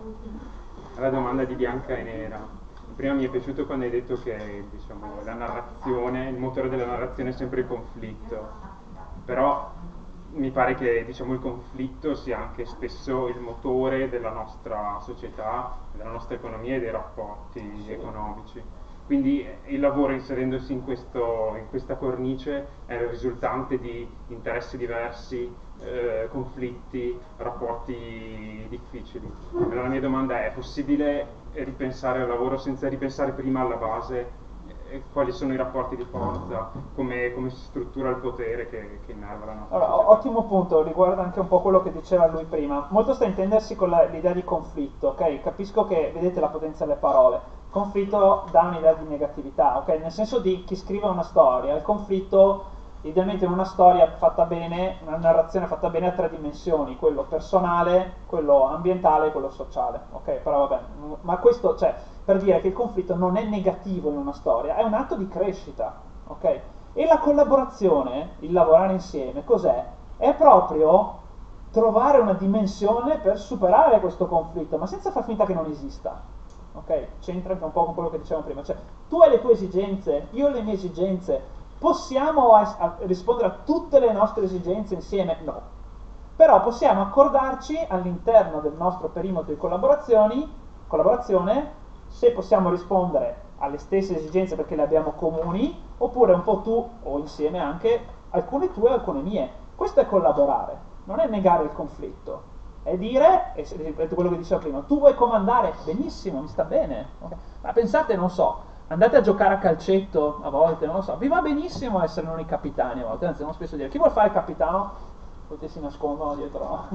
[SPEAKER 12] alla domanda di Bianca e Nera. Prima mi è piaciuto quando hai detto che diciamo, la narrazione, il motore della narrazione è sempre il conflitto, però mi pare che diciamo, il conflitto sia anche spesso il motore della nostra società, della nostra economia e dei rapporti economici. Quindi il lavoro inserendosi in, questo, in questa cornice è il risultante di interessi diversi, eh, conflitti, rapporti difficili. Allora la mia domanda è: è possibile ripensare al lavoro senza ripensare prima alla base eh, quali sono i rapporti di forza, come, come si struttura il potere che, che innerva la nostra
[SPEAKER 3] allora,
[SPEAKER 12] società?
[SPEAKER 3] Ottimo punto, riguarda anche un po' quello che diceva lui prima. Molto sta a intendersi con la, l'idea di conflitto, ok? Capisco che, vedete la potenza delle parole. Conflitto dà un'idea di negatività, ok? Nel senso di chi scrive una storia, il conflitto idealmente in una storia fatta bene, una narrazione fatta bene a tre dimensioni, quello personale, quello ambientale e quello sociale, ok? Però vabbè, ma questo, cioè, per dire che il conflitto non è negativo in una storia, è un atto di crescita, ok? E la collaborazione, il lavorare insieme, cos'è? È proprio trovare una dimensione per superare questo conflitto, ma senza far finta che non esista. Ok? C'entra anche un po' con quello che dicevamo prima, cioè tu hai le tue esigenze, io ho le mie esigenze, possiamo a- a rispondere a tutte le nostre esigenze insieme? No. Però possiamo accordarci all'interno del nostro perimetro di collaborazioni, collaborazione, se possiamo rispondere alle stesse esigenze perché le abbiamo comuni, oppure un po' tu o insieme anche alcune tue e alcune mie. Questo è collaborare, non è negare il conflitto. È dire, e ripeto quello che dicevo prima, tu vuoi comandare, benissimo, mi sta bene, okay. Ma pensate, non so, andate a giocare a calcetto a volte, non lo so, vi va benissimo essere non i capitani a volte, anzi non spesso dire, chi vuol fare il capitano? Tutti si nascondono dietro,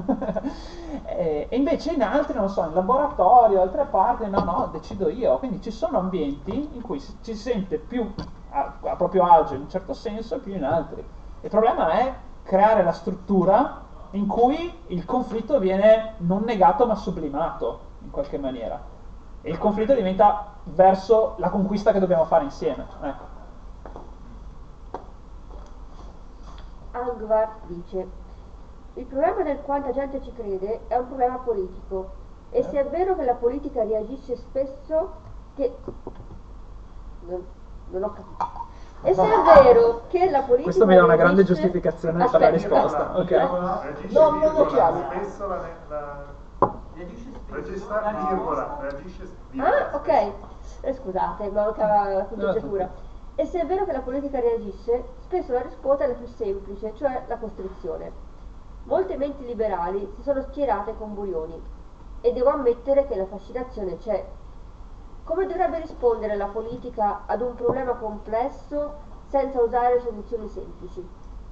[SPEAKER 3] e, e invece in altri, non so, in laboratorio, altre parti, no, no, decido io, quindi ci sono ambienti in cui si, ci si sente più a, a proprio agio in un certo senso e più in altri. Il problema è creare la struttura in cui il conflitto viene non negato ma sublimato in qualche maniera e il conflitto diventa verso la conquista che dobbiamo fare insieme, ecco.
[SPEAKER 6] Angvar dice: il problema del quanta gente ci crede è un problema politico, e se è vero che la politica reagisce spesso che non, non ho capito. E se è vero che la politica
[SPEAKER 3] questo mi dà una grande
[SPEAKER 6] reagisce-
[SPEAKER 3] giustificazione per la
[SPEAKER 6] Aspetta.
[SPEAKER 3] risposta, ok?
[SPEAKER 9] Reagisce,
[SPEAKER 1] No, non lo
[SPEAKER 9] virgola,
[SPEAKER 1] chiami.
[SPEAKER 9] spesso la, la
[SPEAKER 11] Reagisce spesso.
[SPEAKER 9] regista, virgola, reagisce virgola,
[SPEAKER 6] Ah, ok. Eh, scusate, mancava la punteggiatura. E se è vero che la politica reagisce, spesso la risposta è la più semplice, cioè la costrizione. Molte menti liberali si sono schierate con Burioni, e devo ammettere che la fascinazione c'è. Come dovrebbe rispondere la politica ad un problema complesso senza usare soluzioni semplici?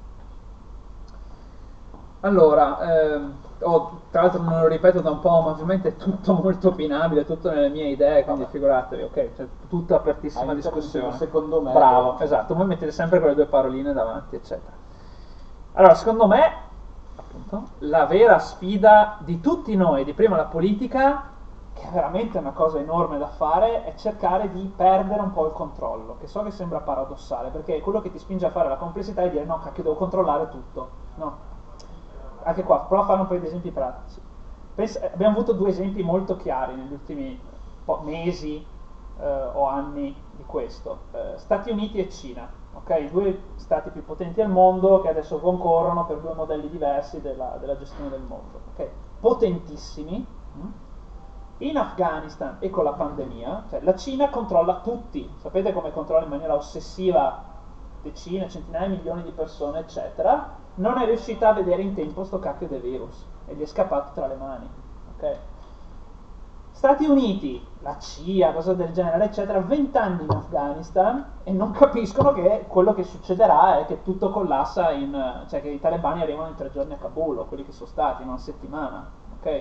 [SPEAKER 3] Allora, ehm, oh, tra l'altro non lo ripeto da un po', ma ovviamente è tutto molto opinabile, tutto nelle mie idee, quindi figuratevi, ok? Cioè, tutto apertissima
[SPEAKER 1] Hai
[SPEAKER 3] discussione.
[SPEAKER 1] interrotto secondo me.
[SPEAKER 3] Bravo, esatto, voi mettete sempre quelle due paroline davanti, eccetera. Allora, secondo me, appunto, la vera sfida di tutti noi, di prima la politica, che è veramente una cosa enorme da fare, è cercare di perdere un po' il controllo, che so che sembra paradossale, perché quello che ti spinge a fare la complessità è dire no, cacchio, devo controllare tutto, no. Anche qua, prova a fare un paio di esempi pratici. Pensa, abbiamo avuto due esempi molto chiari negli ultimi po- mesi eh, o anni di questo, eh, Stati Uniti e Cina, ok? I due stati più potenti al mondo che adesso concorrono per due modelli diversi della, della gestione del mondo, ok? Potentissimi. Hm? In Afghanistan e con la pandemia, cioè la Cina controlla tutti, sapete come controlla in maniera ossessiva decine, centinaia di milioni di persone, eccetera, non è riuscita a vedere in tempo sto cacchio del virus e gli è scappato tra le mani, ok? Stati Uniti, la C I A, cose del genere, eccetera, vent'anni in Afghanistan e non capiscono che quello che succederà è che tutto collassa in, cioè che i talebani arrivano in tre giorni a Kabul, o quelli che sono stati, in una settimana, ok?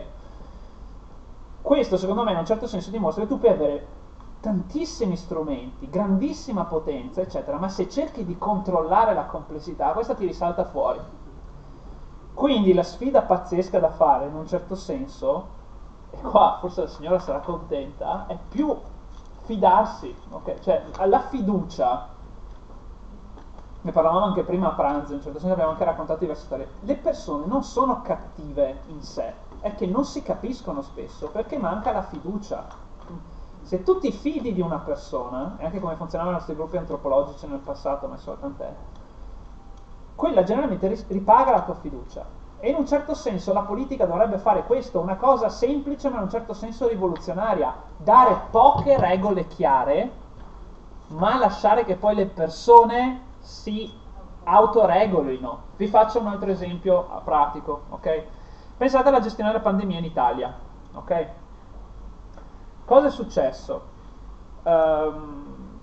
[SPEAKER 3] Questo secondo me in un certo senso dimostra che tu puoi avere tantissimi strumenti, grandissima potenza, eccetera, ma se cerchi di controllare la complessità, questa ti risalta fuori. Quindi la sfida pazzesca da fare in un certo senso, e qua forse la signora sarà contenta, è più fidarsi, ok? Cioè la fiducia, ne parlavamo anche prima a pranzo, in un certo senso abbiamo anche raccontato diverse storie, le persone non sono cattive in sé, è che non si capiscono spesso perché manca la fiducia. Se tu ti fidi di una persona, e anche come funzionavano i nostri gruppi antropologici nel passato, ma insomma tant'è, quella generalmente ripaga la tua fiducia. E in un certo senso la politica dovrebbe fare questo, una cosa semplice ma in un certo senso rivoluzionaria, dare poche regole chiare, ma lasciare che poi le persone si autoregolino. Vi faccio un altro esempio pratico, ok? Pensate alla gestione della pandemia in Italia, ok? Cosa è successo? Um,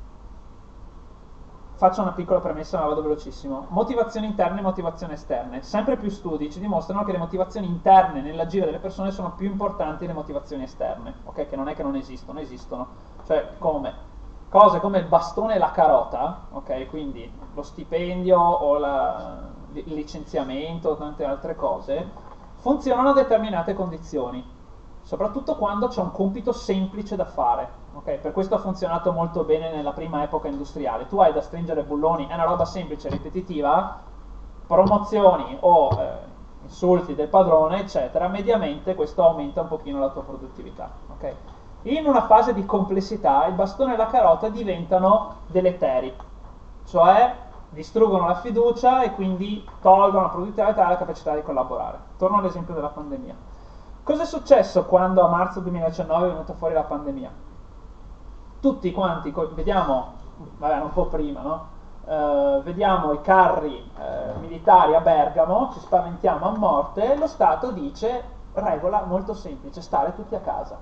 [SPEAKER 3] faccio una piccola premessa, ma vado velocissimo. Motivazioni interne e motivazioni esterne. Sempre più studi ci dimostrano che le motivazioni interne nell'agire delle persone sono più importanti delle motivazioni esterne, ok? Che non è che non esistono, esistono. Cioè, come? Cose come il bastone e la carota, ok? Quindi lo stipendio o la, il licenziamento o tante altre cose, funzionano a determinate condizioni, soprattutto quando c'è un compito semplice da fare, ok? Per questo ha funzionato molto bene nella prima epoca industriale. Tu hai da stringere bulloni, è una roba semplice, ripetitiva, promozioni o eh, insulti del padrone, eccetera, mediamente questo aumenta un pochino la tua produttività, ok? In una fase di complessità il bastone e la carota diventano deleteri, cioè distruggono la fiducia e quindi tolgono la produttività e la capacità di collaborare. Torno all'esempio della pandemia. Cosa è successo quando a marzo duemiladiciannove è venuta fuori la pandemia? Tutti quanti, vediamo, vabbè un po' prima, no? Uh, vediamo i carri uh, militari a Bergamo, ci spaventiamo a morte, e lo Stato dice, regola molto semplice, stare tutti a casa.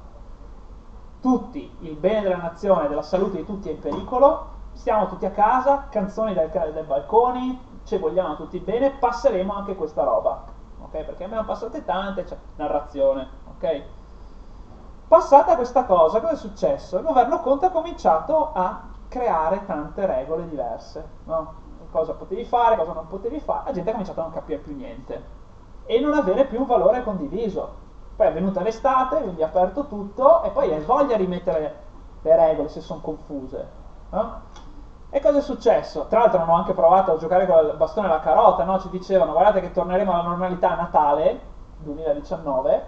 [SPEAKER 3] Tutti, il bene della nazione e della salute di tutti è in pericolo, stiamo tutti a casa, canzoni dai, dai balconi, ci vogliamo tutti bene, passeremo anche questa roba, ok? Perché abbiamo passate tante, cioè, narrazione, ok? Passata questa cosa, cosa è successo? Il governo Conte ha cominciato a creare tante regole diverse, no? Cosa potevi fare, cosa non potevi fare, la gente ha cominciato a non capire più niente e non avere più un valore condiviso. Poi è venuta l'estate, quindi ha aperto tutto e poi hai voglia di rimettere le regole se sono confuse, no? E cosa è successo? Tra l'altro hanno anche provato a giocare con il bastone e la carota, no? Ci dicevano guardate che torneremo alla normalità a Natale duemiladiciannove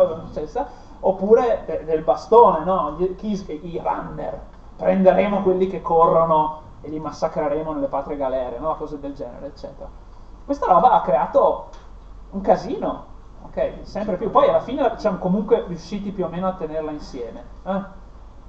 [SPEAKER 3] oppure de- del bastone, no? Gli, chi, i runner, prenderemo quelli che corrono e li massacreremo nelle patrie galere, no? Cose del genere, eccetera. Questa roba ha creato un casino, ok? Sempre più. Poi alla fine siamo comunque riusciti più o meno a tenerla insieme, eh?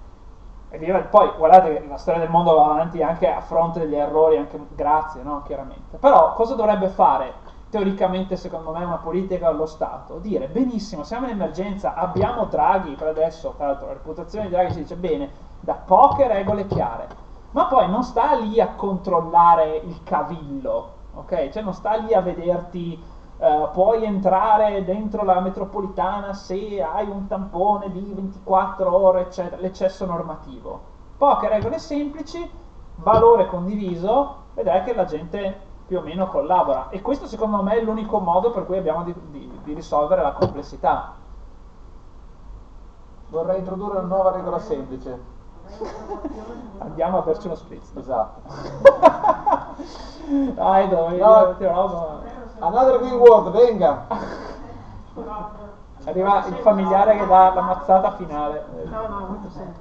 [SPEAKER 3] E poi guardate che la storia del mondo va avanti anche a fronte degli errori, anche grazie, no? Chiaramente. Però cosa dovrebbe fare teoricamente secondo me una politica allo Stato? Dire benissimo, siamo in emergenza, abbiamo Draghi per adesso, tra l'altro la reputazione di Draghi si dice bene, da poche regole chiare, ma poi non sta lì a controllare il cavillo, ok? Cioè non sta lì a vederti Uh, puoi entrare dentro la metropolitana se hai un tampone di ventiquattro ore, eccetera, l'eccesso normativo. Poche regole semplici, valore condiviso, vedrai che la gente più o meno collabora, e questo secondo me è l'unico modo per cui abbiamo di, di, di risolvere la complessità.
[SPEAKER 1] Vorrei introdurre una nuova regola semplice.
[SPEAKER 3] Andiamo a berci uno spritz.
[SPEAKER 1] Esatto.
[SPEAKER 3] Dai, dai,
[SPEAKER 1] No.
[SPEAKER 3] ti roba.
[SPEAKER 1] Another green word, venga.
[SPEAKER 3] Arriva il familiare che dà la mazzata finale.
[SPEAKER 8] No, no, molto semplice.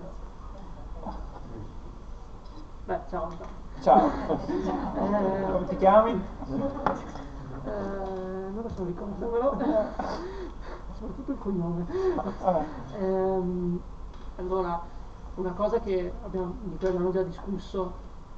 [SPEAKER 8] Beh, ciao.
[SPEAKER 3] Ciao.
[SPEAKER 8] Eh,
[SPEAKER 3] Come ti chiami?
[SPEAKER 8] eh, non lo so, ricordamelo. Soprattutto il cognome.
[SPEAKER 3] Vabbè.
[SPEAKER 8] Ehm, allora, una cosa che abbiamo, di cui abbiamo già discusso,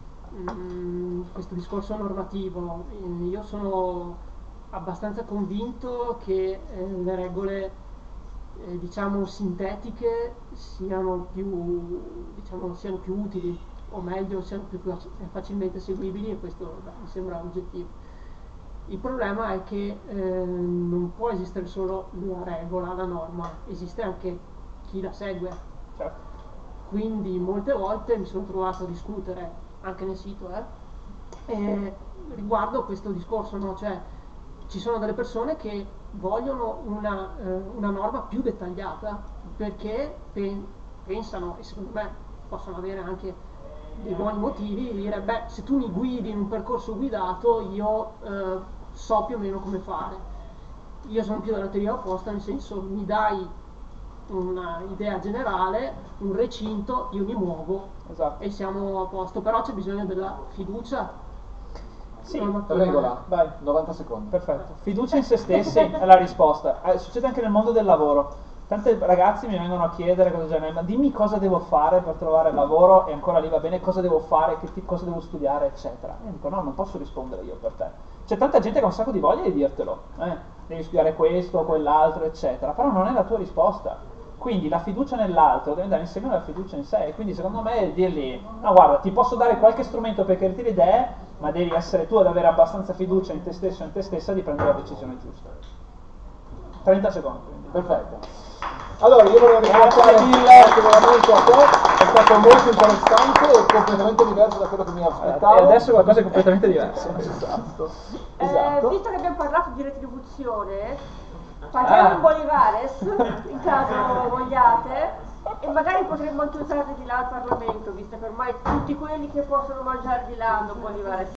[SPEAKER 8] mh, questo discorso normativo, eh, io sono abbastanza convinto che eh, le regole eh, diciamo sintetiche siano più, diciamo, siano più utili, o meglio siano più faci- facilmente seguibili, e questo beh, mi sembra oggettivo. Il problema è che eh, non può esistere solo la regola, la norma, esiste anche chi la segue.
[SPEAKER 3] Certo.
[SPEAKER 8] Quindi molte volte mi sono trovato a discutere, anche nel sito, eh, eh, riguardo questo discorso, no? Cioè, ci sono delle persone che vogliono una, eh, una norma più dettagliata perché pen- pensano, e secondo me possono avere anche dei buoni motivi, di dire, beh, se tu mi guidi in un percorso guidato io eh, so più o meno come fare. Io sono più della teoria opposta, nel senso, mi dai una idea generale, un recinto, io mi muovo,
[SPEAKER 3] Esatto.
[SPEAKER 8] e siamo a posto, però c'è bisogno della fiducia.
[SPEAKER 3] Sì,
[SPEAKER 8] normativa.
[SPEAKER 1] Regola,
[SPEAKER 3] vai.
[SPEAKER 1] novanta secondi.
[SPEAKER 3] Perfetto. Fiducia in se stessi è la risposta. Eh, succede anche nel mondo del lavoro. Tanti ragazzi mi vengono a chiedere cosa genere, ma dimmi cosa devo fare per trovare lavoro, e ancora lì va bene, cosa devo fare, che ti- cosa devo studiare, eccetera. Io dico no, non posso rispondere io per te. C'è tanta gente che ha un sacco di voglia di dirtelo, eh, devi studiare questo, quell'altro, eccetera, però non è la tua risposta. Quindi la fiducia nell'altro deve andare insieme alla fiducia in sé, quindi secondo me è dirgli no, guarda, ti posso dare qualche strumento per chiarire le idee, ma devi essere tu ad avere abbastanza fiducia in te stesso e in te stessa di prendere la decisione giusta. trenta secondi. Quindi.
[SPEAKER 1] Perfetto. Allora, io volevo ringraziare
[SPEAKER 3] Grazie mille.
[SPEAKER 1] grazie veramente a te, è stato molto interessante e completamente diverso da quello che mi aspettavo.
[SPEAKER 3] E adesso qualcosa è completamente diverso.
[SPEAKER 1] Esatto.
[SPEAKER 6] Eh,
[SPEAKER 1] Esatto.
[SPEAKER 6] visto che abbiamo parlato di retribuzione, paghiamo
[SPEAKER 3] Ah.
[SPEAKER 6] un bolivares in caso vogliate, e magari potremmo anche usarli di là al Parlamento, visto che ormai tutti quelli che possono mangiare di là hanno bolivares.